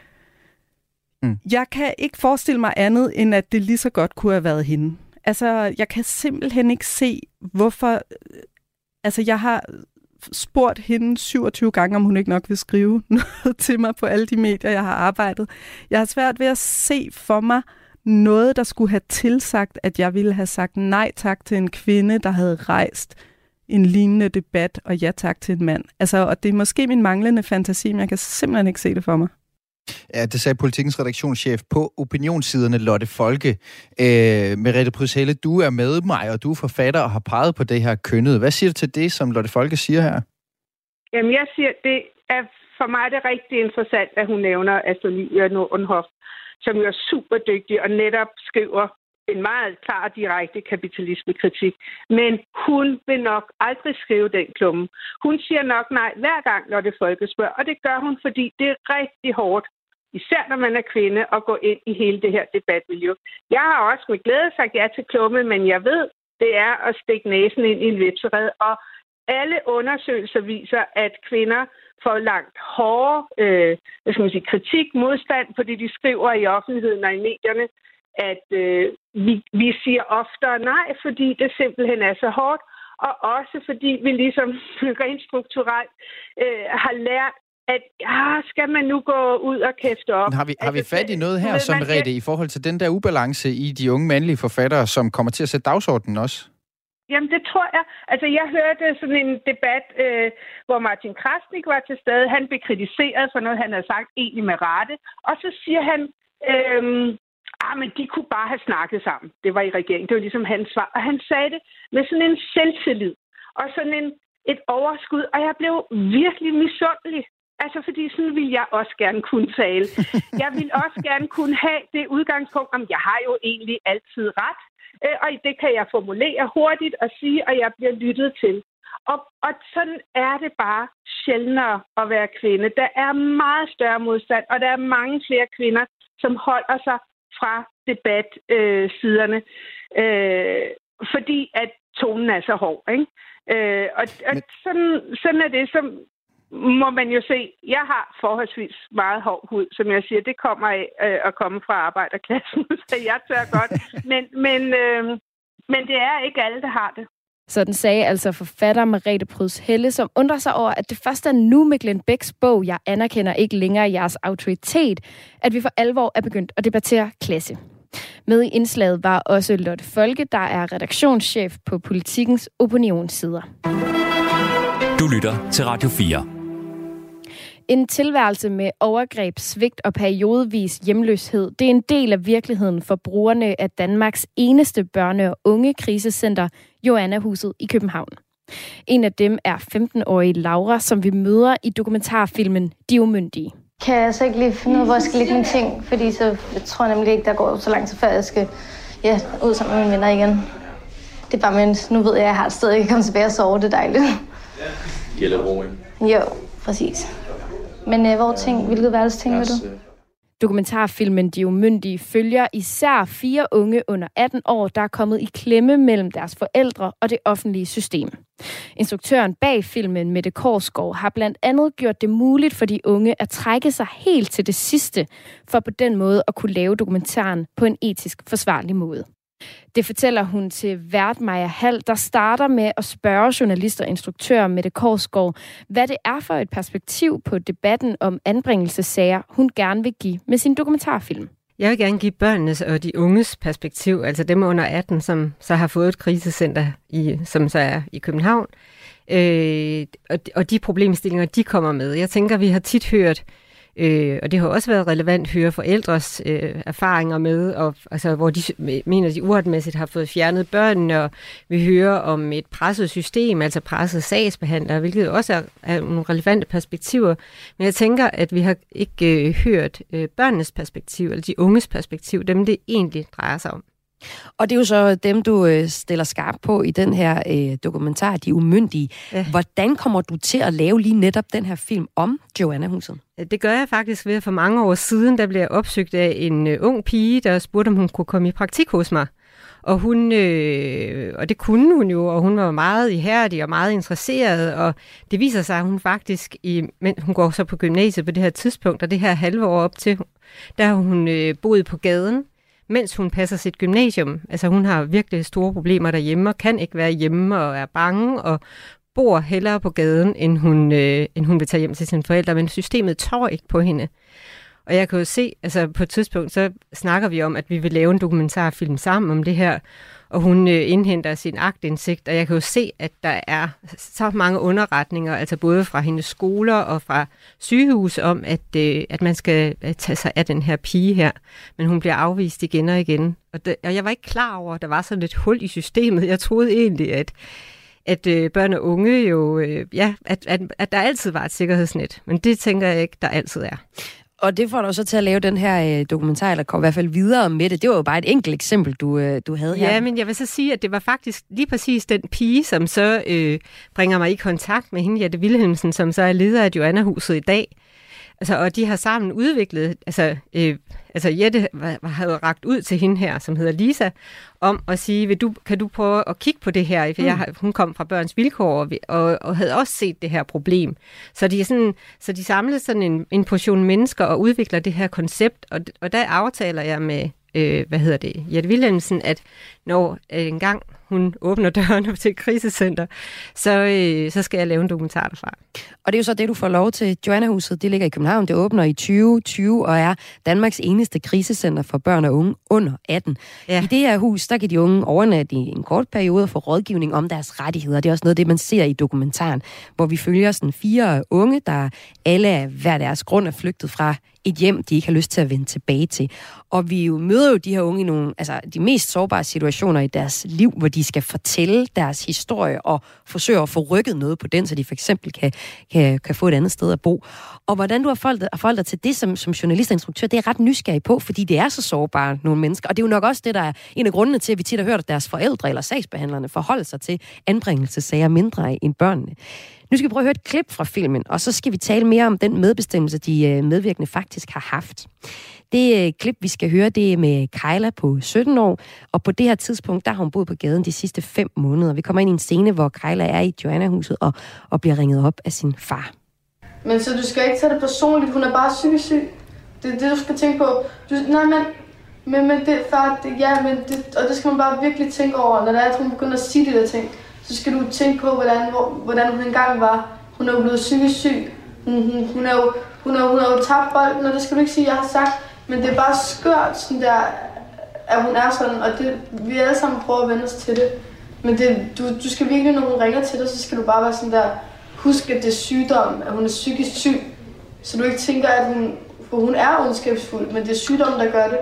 Mm. Jeg kan ikke forestille mig andet, end at det lige så godt kunne have været hende. Altså, jeg kan simpelthen ikke se, hvorfor... Altså, jeg har spurgt hende syvogtyve gange, om hun ikke nok vil skrive noget til mig på alle de medier, jeg har arbejdet. Jeg har svært ved at se for mig noget, der skulle have tilsagt, at jeg ville have sagt nej tak til en kvinde, der havde rejst en lignende debat, og ja tak til en mand. Altså, og det er måske min manglende fantasi, men jeg kan simpelthen ikke se det for mig. Ja, det sagde Politikens redaktionschef på opinionssiderne, Lotte Folke. Øh, Merete Pryds Helle, du er med mig, og du er forfatter og har peget på det her kønnet. Hvad siger du til det, som Lotte Folke siger her? Jamen, jeg siger, det er for mig det rigtig interessant, at hun nævner Asta Olivia Nordenhof, som jo er super dygtig og netop skriver en meget klar og direkte kapitalismekritik. Men hun vil nok aldrig skrive den klumme. Hun siger nok nej hver gang, Lotte Folke spørger, og det gør hun, fordi det er rigtig hårdt, især når man er kvinde, at gå ind i hele det her debatmiljø. Jeg har også med glæde sagt ja til klumme, men jeg ved, det er at stikke næsen ind i en vipserede, og alle undersøgelser viser, at kvinder får langt hårdere øh, hvad skal man sige, kritik, modstand på det, de skriver i offentligheden og i medierne, at øh, vi, vi siger oftere nej, fordi det simpelthen er så hårdt, og også fordi vi ligesom rent strukturelt øh, har lært, at ja, skal man nu gå ud og kæfte op. Men har vi, har vi altså, fat i noget her, som Merete, i forhold til den der ubalance i de unge mandlige forfattere, som kommer til at sætte dagsordenen også? Jamen, det tror jeg. Altså, jeg hørte sådan en debat, øh, hvor Martin Krasnik var til stede. Han blev kritiseret for noget, han havde sagt egentlig med rette. Og så siger han, øh, ah, men de kunne bare have snakket sammen. Det var i regeringen. Det var ligesom hans svar. Og han sagde det med sådan en selvtillid og sådan en, et overskud. Og jeg blev virkelig misundelig. Altså, fordi sådan ville jeg også gerne kunne tale. Jeg ville også gerne kunne have det udgangspunkt, om jeg har jo egentlig altid ret. Og det kan jeg formulere hurtigt og sige, og jeg bliver lyttet til. Og, og sådan er det bare sjældnere at være kvinde. Der er meget større modstand, og der er mange flere kvinder, som holder sig fra debatsiderne, øh, øh, fordi at tonen er så hård, ikke? Øh, og og Men... sådan, sådan er det, som må man jo se. Jeg har forholdsvis meget hård hud, som jeg siger. Det kommer af øh, at komme fra arbejderklassen, så jeg tør godt. Men, men, øh, men det er ikke alle, der har det. Sådan sagde altså forfatter Merete Pryds Helle, som undrer sig over, at det først er nu med Glenn Bæks bog, Jeg anerkender ikke længere jeres autoritet, at vi for alvor er begyndt at debattere klasse. Med i indslaget var også Lotte Folke, der er redaktionschef på Politikens opinionssider. Du lytter til Radio fire. En tilværelse med overgreb, svigt og periodevis hjemløshed, det er en del af virkeligheden for brugerne af Danmarks eneste børne- og unge krisecenter, Joanna-huset i København. En af dem er femten-årige Laura, som vi møder i dokumentarfilmen De Umyndige. Kan jeg så ikke lige finde ud af, hvor jeg skal lægge mine ting? Fordi så jeg tror nemlig ikke, der går så lang tid før, jeg skal ja, ud sammen med mine venner igen. Det er bare, men nu ved jeg, at jeg har et sted, jeg kan komme tilbage og sove. Det er dejligt. Giver lidt ro, ikke? Jo, præcis. Men øh, hvor ting, hvilket værelse tænker du? Dokumentarfilmen De Umyndige følger især fire unge under atten år, der er kommet i klemme mellem deres forældre og det offentlige system. Instruktøren bag filmen, Mette Korsgaard, har blandt andet gjort det muligt for de unge at trække sig helt til det sidste, for på den måde at kunne lave dokumentaren på en etisk forsvarlig måde. Det fortæller hun til vært Maja Hall, der starter med at spørge journalist og instruktør Mette Korsgaard, hvad det er for et perspektiv på debatten om anbringelsessager, hun gerne vil give med sin dokumentarfilm. Jeg vil gerne give børnenes og de unges perspektiv, altså dem under atten, som så har fået et krisecenter, i, som så er i København, øh, og, og de problemstillinger, de kommer med. Jeg tænker, vi har tit hørt, Øh, og det har også været relevant at høre forældres øh, erfaringer med, og, altså, hvor de mener, de uretmæssigt har fået fjernet børnene, og vi hører om et presset system, altså presset sagsbehandlere, hvilket også er, er nogle relevante perspektiver. Men jeg tænker, at vi har ikke øh, hørt øh, børnenes perspektiv, eller de unges perspektiv, dem det egentlig drejer sig om. Og det er jo så dem, du øh, stiller skarp på i den her øh, dokumentar, De Umyndige. Ja. Hvordan kommer du til at lave lige netop den her film om Joanna-huset? Det gør jeg faktisk ved, at for mange år siden, der blev jeg opsøgt af en øh, ung pige, der spurgte, om hun kunne komme i praktik hos mig. Og, hun, øh, og det kunne hun jo, og hun var meget ihærdig og meget interesseret, og det viser sig, at hun faktisk, i, men hun går så på gymnasiet på det her tidspunkt, og det her halve år op til, der har hun øh, boet på gaden, mens hun passer sit gymnasium. Altså hun har virkelig store problemer derhjemme, og kan ikke være hjemme, og er bange, og bor hellere på gaden, end hun, øh, end hun vil tage hjem til sine forældre, men systemet tror ikke på hende. Og jeg kan jo se, altså på et tidspunkt, så snakker vi om, at vi vil lave en dokumentarfilm sammen om det her, og hun øh, indhenter sin aktindsigt, og jeg kan jo se, at der er så mange underretninger, altså både fra hendes skoler og fra sygehus, om at, øh, at man skal tage sig af den her pige her, men hun bliver afvist igen og igen. Og, det, og jeg var ikke klar over, at der var sådan et hul i systemet. Jeg troede egentlig, at at øh, børn og unge jo, øh, ja, at, at, at der altid var et sikkerhedsnet, men det tænker jeg ikke, der altid er. Og det får dig så til at lave den her øh, dokumentar, eller kom i hvert fald videre med det. Det var jo bare et enkelt eksempel, du, øh, du havde her. Ja, men jeg vil så sige, at det var faktisk lige præcis den pige, som så øh, bringer mig i kontakt med hende, Jette Wilhelmsen, som så er leder af Joanna-huset i dag. Altså, og de har sammen udviklet, altså, øh, altså Jette havde rakt ud til hende her, som hedder Lisa, om at sige, vil du, kan du prøve at kigge på det her? For mm. jeg, hun kom fra Børns Vilkår og, og, og havde også set det her problem. Så de, sådan, så de samlede sådan en, en portion mennesker og udvikler det her koncept, og, og der aftaler jeg med, øh, hvad hedder det, Jette Wilhelmsen, at når øh, en gang hun åbner dørene til et krisecenter, så, øh, så skal jeg lave en dokumentar derfra. Og det er jo så det, du får lov til. Joanna-huset, det ligger i København. Det åbner i tyve tyve og er Danmarks eneste krisecenter for børn og unge under atten. Ja. I det her hus, der kan de unge overnatte i en kort periode og få rådgivning om deres rettigheder. Det er også noget af det, man ser i dokumentaren, hvor vi følger sådan fire unge, der alle af hver deres grund er flygtet fra et hjem, de ikke har lyst til at vende tilbage til. Og vi jo møder jo de her unge i nogle, altså de mest sårbare situationer i deres liv, hvor de skal fortælle deres historie og forsøge at få rykket noget på den, så de for eksempel kan, kan, kan få et andet sted at bo. Og hvordan du har forholdt dig til det som, som journalist og instruktør, det er ret nysgerrig på, fordi det er så sårbare nogle mennesker. Og det er jo nok også det, der er en af grundene til, at vi tit har hørt, at deres forældre eller sagsbehandlerne forholder sig til anbringelsessager mindre end børnene. Nu skal vi prøve at høre et klip fra filmen, og så skal vi tale mere om den medbestemmelse, de medvirkende faktisk har haft. Det klip, vi skal høre, det er med Kyla på sytten år, og på det her tidspunkt, der har hun boet på gaden de sidste fem måneder. Vi kommer ind i en scene, hvor Kyla er i Joanna-huset og, og bliver ringet op af sin far. Men så du skal ikke tage det personligt, hun er bare psykisk syg. Det er det, du skal tænke på. Du, nej, men, men, men det, far, det, ja, men det, og det skal man bare virkelig tænke over, når det er, at hun begynder at sige de der ting. Så skal du tænke på, hvordan, hvor, hvordan hun engang var. Hun er jo blevet psykisk syg. Hun, hun, hun, er jo, hun, er, hun er jo tabt bolden, og det skal du ikke sige, jeg har sagt. Men det er bare skørt, sådan der, at hun er sådan, og det, vi alle sammen prøver at vende os til det. Men det, du, du skal virkelig, når hun ringer til dig, så skal du bare være sådan der, husk at det er sygdom, at hun er psykisk syg. Så du ikke tænker, at hun, for hun er ondskabsfuld, men det er sygdommen, der gør det.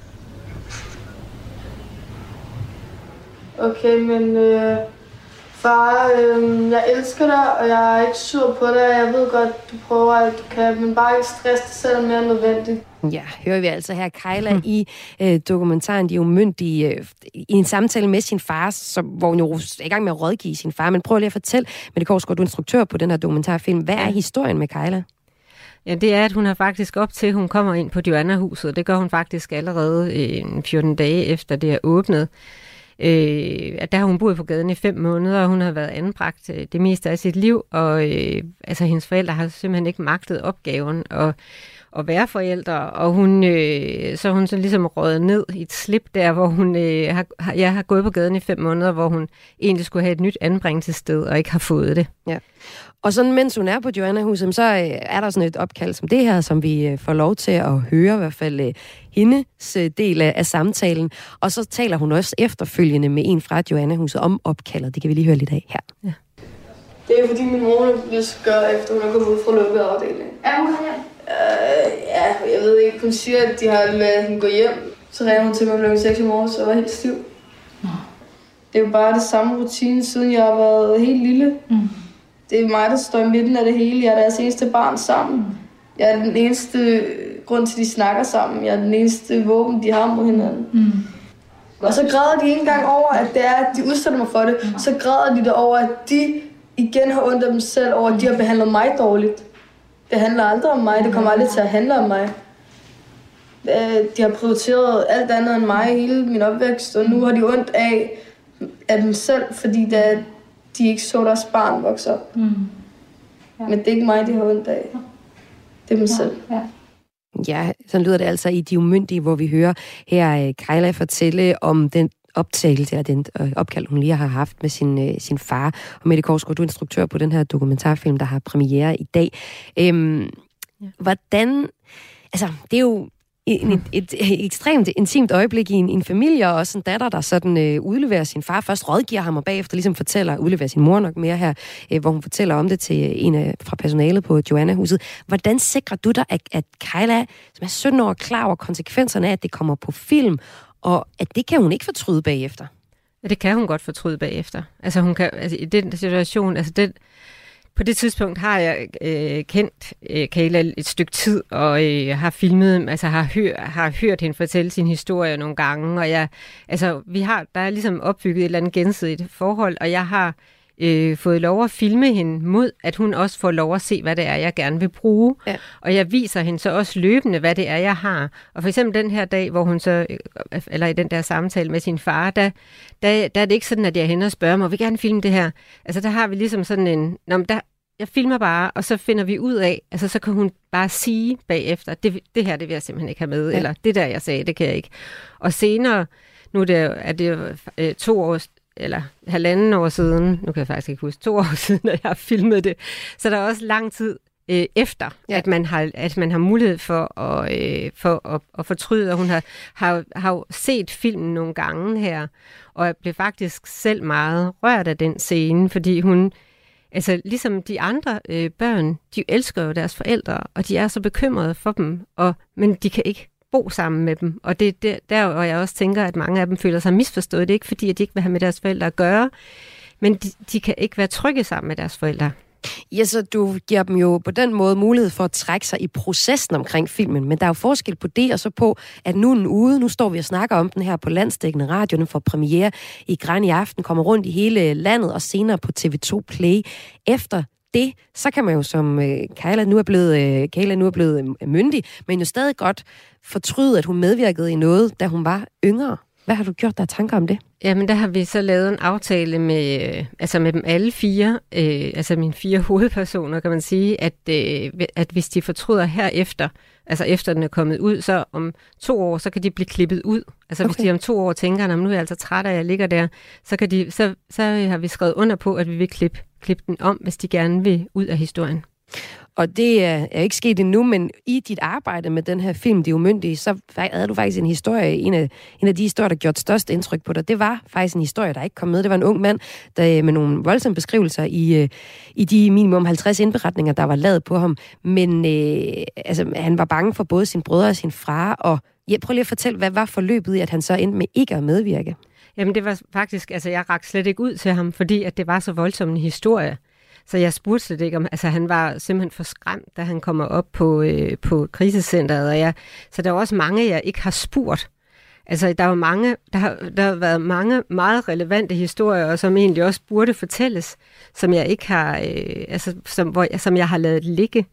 Okay, men øh, far, øh, jeg elsker dig, og jeg er ikke sur på dig. Jeg ved godt, du prøver alt du kan, men bare ikke stress dig selv mere end nødvendigt. Ja, hører vi altså her Kyla hmm. i øh, dokumentaren De Umyndige øh, i en samtale med sin far, som, hvor hun jo er i gang med at rådgive sin far. Men prøv lige at fortælle, Mette Korsgaard, du er instruktør på den her dokumentarfilm. Hvad er historien med Kyla? Ja, det er, at hun har faktisk op til, at hun kommer ind på Joanna-huset. Det gør hun faktisk allerede øh, fjorten dage efter det er åbnet. Øh, at der har hun boet på gaden i fem måneder, og hun har været anbragt øh, det meste af sit liv, og øh, altså, hendes forældre har simpelthen ikke magtet opgaven og, at være forældre, og hun, øh, så er hun så ligesom røget ned i et slip der, hvor hun øh, har, ja, har gået på gaden i fem måneder, hvor hun egentlig skulle have et nyt anbringelsessted, og ikke har fået det. Ja. Og sådan, mens hun er på Joanna-huset, så er der sådan et opkald som det her, som vi får lov til at høre, i hvert fald hendes del af samtalen. Og så taler hun også efterfølgende med en fra Joanna-huset om opkaldet. Det kan vi lige høre lidt af her. Ja. Det er fordi min mor bliver skør, efter hun er kommet ud fra lukket afdeling. Er hun hjem? Uh, ja, jeg ved ikke. Hun siger, at de har ladet hende gå hjem. Så ringer hun til mig klokken seks om morgenen, så jeg var helt stiv. Mm. Det er jo bare det samme rutine, siden jeg har været helt lille. Mm. Det er mig, der står i midten af det hele. Jeg er deres eneste barn sammen. Jeg er den eneste grund til, at de snakker sammen. Jeg er den eneste våben, de har mod hinanden. Mm. Og så græder de ikke engang over, at det er, at de udsætter mig for det. Mm. Så græder de det over, at de igen har ondt af dem selv over, at de har behandlet mig dårligt. Det handler aldrig om mig. Det kommer aldrig til at handle om mig. De har prioriteret alt andet end mig hele min opvækst, og nu har de ondt af, af dem selv, fordi det er, de ikke så deres barn vokse op. Mm. Ja. Men det er ikke mig, de har ondt af. Det er dem ja. selv. Ja. Ja, sådan lyder det altså i De Umyndige, hvor vi hører her Kayla fortælle om den optagelse af den opkald, hun lige har haft med sin, sin far. Og Mette Korsgaard, du er instruktør på den her dokumentarfilm, der har premiere i dag. Øhm, ja. Hvordan... Altså, det er jo et, et, et, et ekstremt intimt øjeblik i en, en familie, og også en datter, der sådan øh, udleverer sin far. Først rådgiver ham, og bagefter ligesom fortæller, udleverer sin mor nok mere her, øh, hvor hun fortæller om det til en af, fra personalet på Joanna-huset. Hvordan sikrer du dig, at, at Kayla, som er sytten år, klar over konsekvenserne af, at det kommer på film, og at det kan hun ikke fortryde bagefter? Ja, det kan hun godt fortryde bagefter. Altså hun kan, altså i den situation, altså den, på det tidspunkt har jeg øh, kendt øh, Kayla et stykke tid, og øh, har filmet, altså har, hør, har hørt hende fortælle sin historie nogle gange, og jeg, altså vi har, der er ligesom opbygget et eller andet gensidigt forhold, og jeg har øh, fået lov at filme hende mod, at hun også får lov at se, hvad det er, jeg gerne vil bruge. Ja. Og jeg viser hende så også løbende, hvad det er, jeg har. Og for eksempel den her dag, hvor hun så, eller i den der samtale med sin far, der, der, der er det ikke sådan, at jeg er henne og spørger mig, vil gerne filme det her? Altså der har vi ligesom sådan en, nå, der, jeg filmer bare, og så finder vi ud af, altså så kan hun bare sige bagefter, det, det her, det vil jeg simpelthen ikke have med, ja. Eller det der, jeg sagde, det kan jeg ikke. Og senere, nu er det, er det øh, to år eller halvanden år siden, nu kan jeg faktisk ikke huske, to år siden, at jeg har filmet det, så der er også lang tid øh, efter, ja. at, man har, at man har mulighed for at, øh, for at, at fortryde, og hun har, har, har jo set filmen nogle gange her, og jeg blev faktisk selv meget rørt af den scene, fordi hun, altså ligesom de andre øh, børn, de elsker jo deres forældre, og de er så bekymrede for dem, og, men de kan ikke bo sammen med dem. Og det er der, hvor jeg også tænker, at mange af dem føler sig misforstået. Det er ikke fordi, at de ikke vil have med deres forældre at gøre, men de, de kan ikke være trygge sammen med deres forældre. Ja, så du giver dem jo på den måde mulighed for at trække sig i processen omkring filmen, men der er jo forskel på det, og så på, at nu er den ude, nu står vi og snakker om den her på landsdækkende radio, den får premiere i Gran i aften, kommer rundt i hele landet, og senere på T V to Play. Efter det, så kan man jo som øh, Kayla nu er blevet, øh, Kayla nu er blevet øh, myndig, men jo stadig godt fortryde, at hun medvirkede i noget, da hun var yngre. Hvad har du gjort der tanker om det? Jamen, der har vi så lavet en aftale med, øh, altså med dem alle fire, øh, altså mine fire hovedpersoner, kan man sige, at, øh, at hvis de fortryder herefter, altså efter den er kommet ud, så om to år, så kan de blive klippet ud. Altså okay. Hvis de om to år tænker, at nu er jeg altså træt af, at jeg ligger der, så, kan de, så, så har vi skrevet under på, at vi vil klippe, klippe den om, hvis de gerne vil ud af historien. Og det er ikke sket endnu, men i dit arbejde med den her film, De Umyndige, så havde du faktisk en historie, en af, en af de historier, der gjorde størst indtryk på dig. Det var faktisk en historie, der ikke kom med. Det var en ung mand, der med nogle voldsomme beskrivelser i, i de minimum halvtreds indberetninger, der var lavet på ham. Men øh, altså, han var bange for både sin brødre og sin far. Og ja, prøv lige at fortælle, hvad var forløbet i, at han så endte med ikke at medvirke? Jamen det var faktisk, altså jeg rakte slet ikke ud til ham, fordi at det var så voldsom en historie. Så jeg spurgte slet ikke om, altså han var simpelthen for skræmt, da han kommer op på, øh, på krisecenteret. Og jeg, så der var også mange, jeg ikke har spurgt. Altså der var mange, der har, der har været mange meget relevante historier, som egentlig også burde fortælles, som jeg ikke har, øh, altså som, hvor, som jeg har ladet ligge.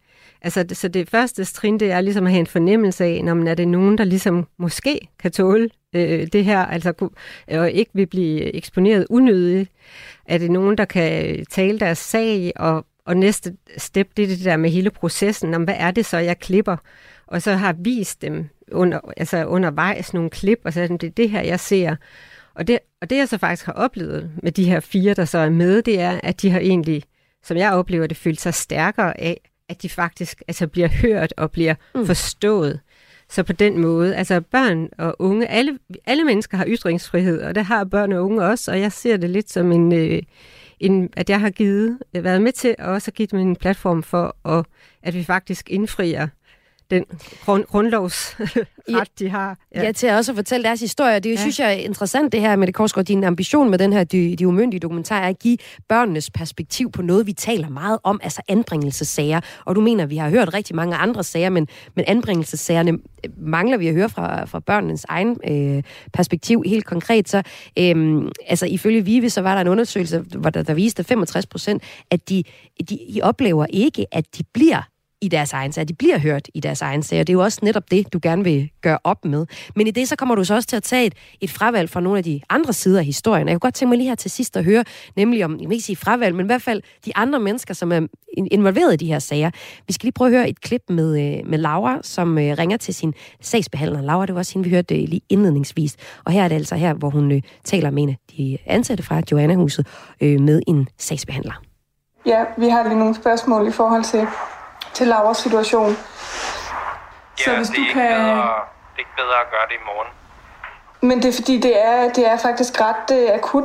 Altså, det, så det første trin, det er ligesom at have en fornemmelse af, når man er det nogen, der ligesom måske kan tåle øh, det her, altså og ikke vil blive eksponeret unødigt. Er det nogen, der kan tale deres sag, og, og næste step, det er det der med hele processen, om hvad er det så, jeg klipper, og så har vist dem under, altså undervejs nogle klip, og så er det det her, jeg ser. Og det, og det, jeg så faktisk har oplevet med de her fire, der så er med, det er, at de har egentlig, som jeg oplever det, følt sig stærkere af, at de faktisk altså, bliver hørt og bliver mm. forstået. Så på den måde, altså børn og unge, alle, alle mennesker har ytringsfrihed, og det har børn og unge også, og jeg ser det lidt som en, øh, en at jeg har givet, været med til at også give dem en platform for, at, at vi faktisk indfrier den grund, grundlovsret, de har. Ja. ja, til at også fortælle deres historie. Det ja. synes jeg er interessant, det her, Mette Korsgaard. Din ambition med den her De, de umyndige dokumentar er at give børnenes perspektiv på noget, vi taler meget om, altså anbringelsessager. Og du mener, vi har hørt rigtig mange andre sager, men, men anbringelsessagerne mangler vi at høre fra, fra børnenes egen øh, perspektiv. Helt konkret, så øh, altså ifølge VIVE, så var der en undersøgelse, hvor der, der viste femogtres procent, at de, de, de oplever ikke, at de bliver i deres egen sag. De bliver hørt i deres egen sag, og det er jo også netop det, du gerne vil gøre op med. Men i det, så kommer du så også til at tage et, et fravalg fra nogle af de andre sider af historien. Jeg kunne godt tænke mig lige her til sidst at høre, nemlig om, jeg vil ikke sige fravalg, men i hvert fald de andre mennesker, som er involveret i de her sager. Vi skal lige prøve at høre et klip med, med Laura, som ringer til sin sagsbehandler. Laura, det var også hende, vi hørte lige indledningsvis. Og her er det altså her, hvor hun øh, taler med en af de ansatte fra Joanna-huset øh, med en sagsbehandler. Ja, vi har lige nogle spørgsmål i forhold til til Lauras situation. Ja, så hvis det, du er kan... bedre, det er ikke bedre at gøre det i morgen. Men det er fordi, det er, det er faktisk ret uh, akut.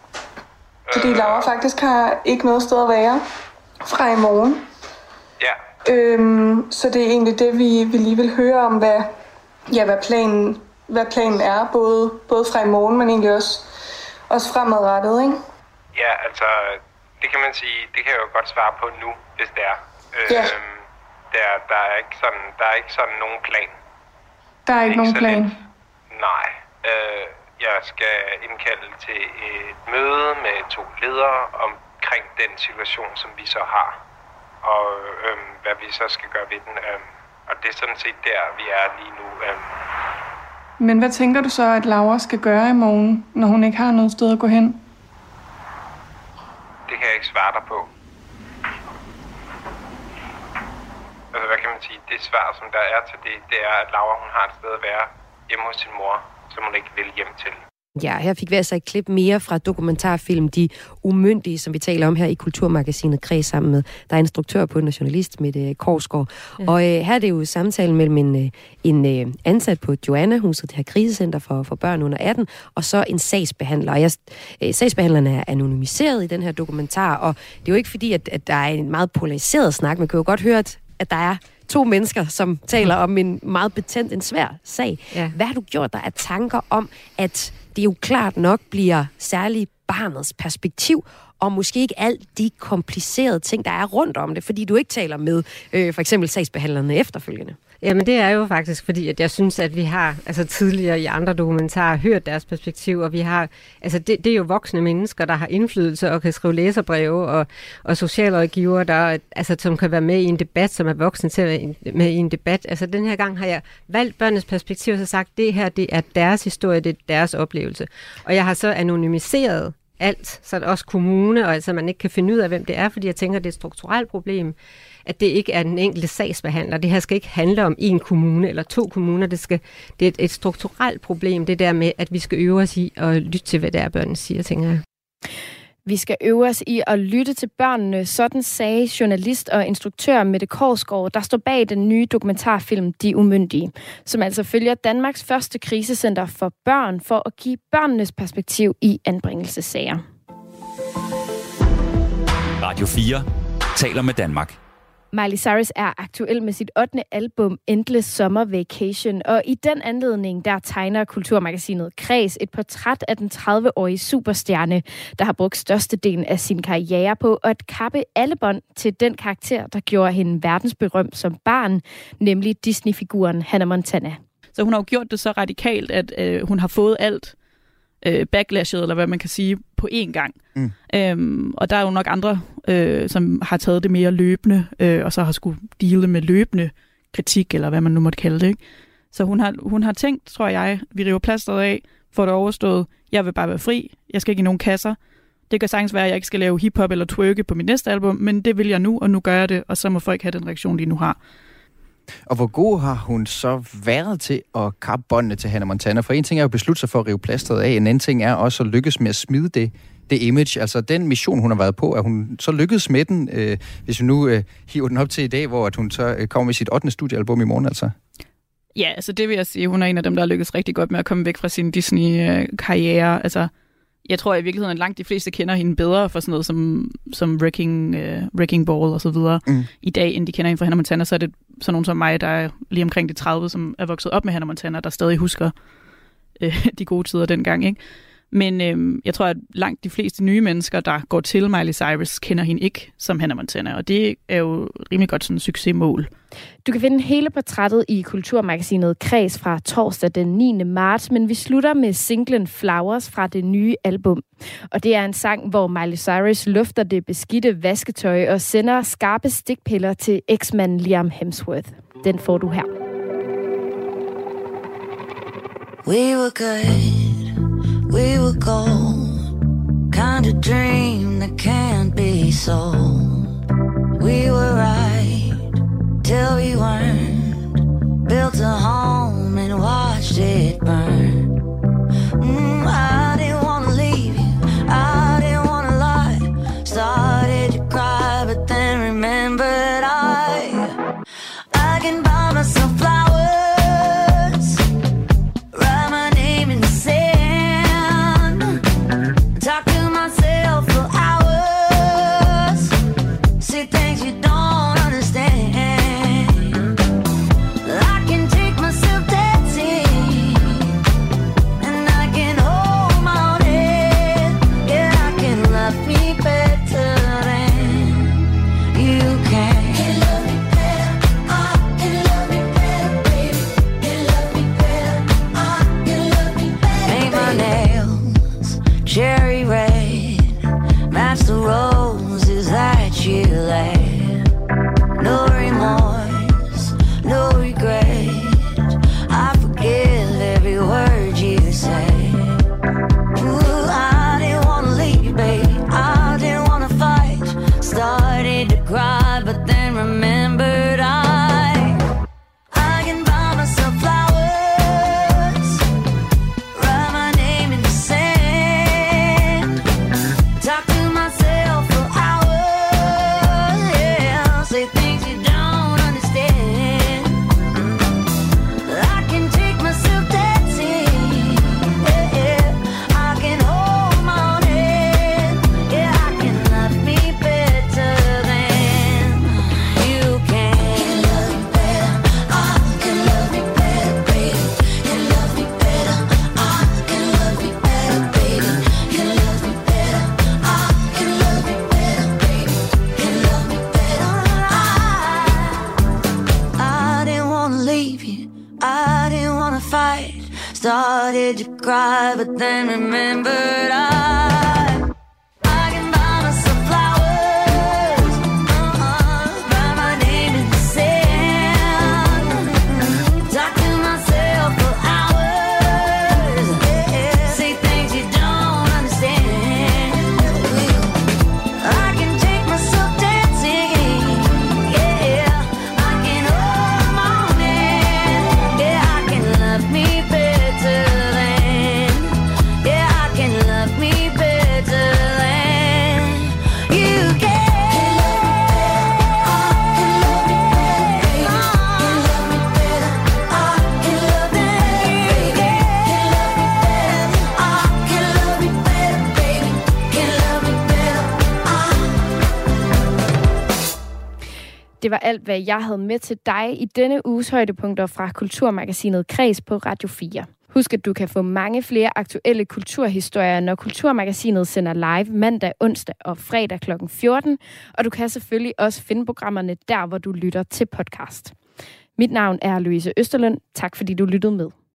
Fordi øh... Laura faktisk har ikke noget sted at være fra i morgen. Ja. Øhm, så det er egentlig det, vi, vi lige vil høre om, hvad, ja, hvad, planen, hvad planen er, både, både fra i morgen, men egentlig også, også fremadrettet, ikke? Ja, altså, det kan man sige, det kan jeg jo godt svare på nu, hvis det er. Ja. Øhm, der, der, er ikke sådan, der er ikke sådan nogen plan. Der er ikke, ikke nogen plan? Lidt. Nej. Øh, jeg skal indkalde til et møde med to ledere omkring den situation, som vi så har. Og øhm, hvad vi så skal gøre ved den. Øhm, og det er sådan set der, vi er lige nu. Øhm. Men hvad tænker du så, at Laura skal gøre i morgen, når hun ikke har noget sted at gå hen? Det kan jeg ikke svare dig på. Altså, hvad kan man sige? Det svar, som der er til det, det er, at Laura, hun har et sted at være hjemme hos sin mor, som hun ikke vil hjem til. Ja, her fik vi altså et klip mere fra dokumentarfilm De Umyndige, som vi taler om her i Kulturmagasinet Kreds sammen med, der er instruktør på den, journalist Mette Korsgaard. Ja. Og øh, her er det jo samtalen mellem en, en øh, ansat på Joanna-huset, det her krisecenter for, for børn under atten, og så en sagsbehandler. Og jeg, øh, sagsbehandleren er anonymiseret i den her dokumentar, og det er jo ikke fordi, at, at der er en meget polariseret snak. Man kan jo godt høre, at, at der er to mennesker, som taler om en meget betændt, en svær sag. Ja. Hvad har du gjort dig af tanker om, at det jo klart nok bliver særligt barnets perspektiv, og måske ikke alt de komplicerede ting, der er rundt om det, fordi du ikke taler med øh, for eksempel sagsbehandlerne efterfølgende? Jamen det er jo faktisk fordi, at jeg synes, at vi har altså tidligere i andre dokumentarer hørt deres perspektiv, og vi har, altså det, det er jo voksne mennesker, der har indflydelse og kan skrive læserbreve, og, og socialrådgivere, der, altså, som kan være med i en debat, som er voksne til at være med i en debat. Altså den her gang har jeg valgt børnenes perspektiv og så sagt, det her, det er deres historie, det er deres oplevelse. Og jeg har så anonymiseret alt, så også kommune, og altså man ikke kan finde ud af, hvem det er, fordi jeg tænker, det er et strukturelt problem, at det ikke er den enkelte sagsbehandler. Det her skal ikke handle om en kommune eller to kommuner. Det, skal, det er et, et strukturelt problem, det der med, at vi skal øve os i at lytte til, hvad det er, børnene siger, tænker jeg. Vi skal øve os i at lytte til børnene, sådan sagde journalist og instruktør Mette Korsgaard, der står bag den nye dokumentarfilm De Umyndige, som altså følger Danmarks første krisecenter for børn for at give børnenes perspektiv i anbringelsessager. Radio fire taler med Danmark. Miley Cyrus er aktuel med sit ottende album Endless Summer Vacation, og i den anledning, der tegner Kulturmagasinet Kreds et portræt af den tredive-årige superstjerne, der har brugt størstedelen af sin karriere på at kappe alle bånd til den karakter, der gjorde hende verdensberømt som barn, nemlig Disney-figuren Hannah Montana. Så hun har jo gjort det så radikalt, at øh, hun har fået alt. øh, backlashet, eller hvad man kan sige, på én gang. Mm. Øhm, og der er jo nok andre, øh, som har taget det mere løbende, øh, og så har skulle deale med løbende kritik, eller hvad man nu måtte kalde det. Ikke? Så hun har, hun har tænkt, tror jeg, vi river plasteret af, får det overstået, jeg vil bare være fri, jeg skal ikke i nogen kasser. Det kan sagtens være, at jeg ikke skal lave hiphop eller twerke på mit næste album, men det vil jeg nu, og nu gør jeg det, og så må folk have den reaktion, de nu har. Og hvor god har hun så været til at kappe båndene til Hannah Montana? For en ting er jo at beslutte sig for at rive plasteret af, en anden ting er også at lykkes med at smide det, det image. Altså den mission, hun har været på, er hun så lykkedes med den, øh, hvis vi nu øh, hiver den op til i dag, hvor at hun så øh, kommer med sit ottende studiealbum i morgen, altså? Ja, altså det vil jeg sige. Hun er en af dem, der har lykkedes rigtig godt med at komme væk fra sin Disney-karriere. Altså, jeg tror i virkeligheden, at langt de fleste kender hende bedre for sådan noget som, som Wrecking, uh, Wrecking Ball og så videre mm. i dag, end de kender hende fra Hannah Montana. Så er det sådan nogen som mig, der er lige omkring de tredive, som er vokset op med Hannah Montana, der stadig husker øh, de gode tider dengang, ikke? Men øh, jeg tror, at langt de fleste nye mennesker, der går til Miley Cyrus, kender hende ikke som Hannah Montana, og det er jo rimelig godt sådan et succesmål. Du kan finde hele portrættet i Kulturmagasinet Kreds fra torsdag den niende marts, men vi slutter med singlen Flowers fra det nye album. Og det er en sang, hvor Miley Cyrus lufter det beskidte vasketøj og sender skarpe stikpiller til eksmanden Liam Hemsworth. Den får du her. We were good, we were gold, kind of dream that can't be sold. We were right till we weren't, built a home and watched it burn. Mm, I didn't want to leave you, I didn't want to lie, started to cry but then remembered I, I can buy myself flowers. Started to cry, but then remembered I, I can buy myself flowers, uh-uh, write my name in the sand, talk to myself for hours, yeah, say things you don't understand. I can take myself dancing, yeah, I can hold my own hand, yeah, I can love me better. Det var alt, hvad jeg havde med til dig i denne uges højdepunkter fra Kulturmagasinet Kreds på Radio fire. Husk, at du kan få mange flere aktuelle kulturhistorier, når Kulturmagasinet sender live mandag, onsdag og fredag klokken fjorten. Og du kan selvfølgelig også finde programmerne der, hvor du lytter til podcast. Mit navn er Louise Østerlund. Tak fordi du lyttede med.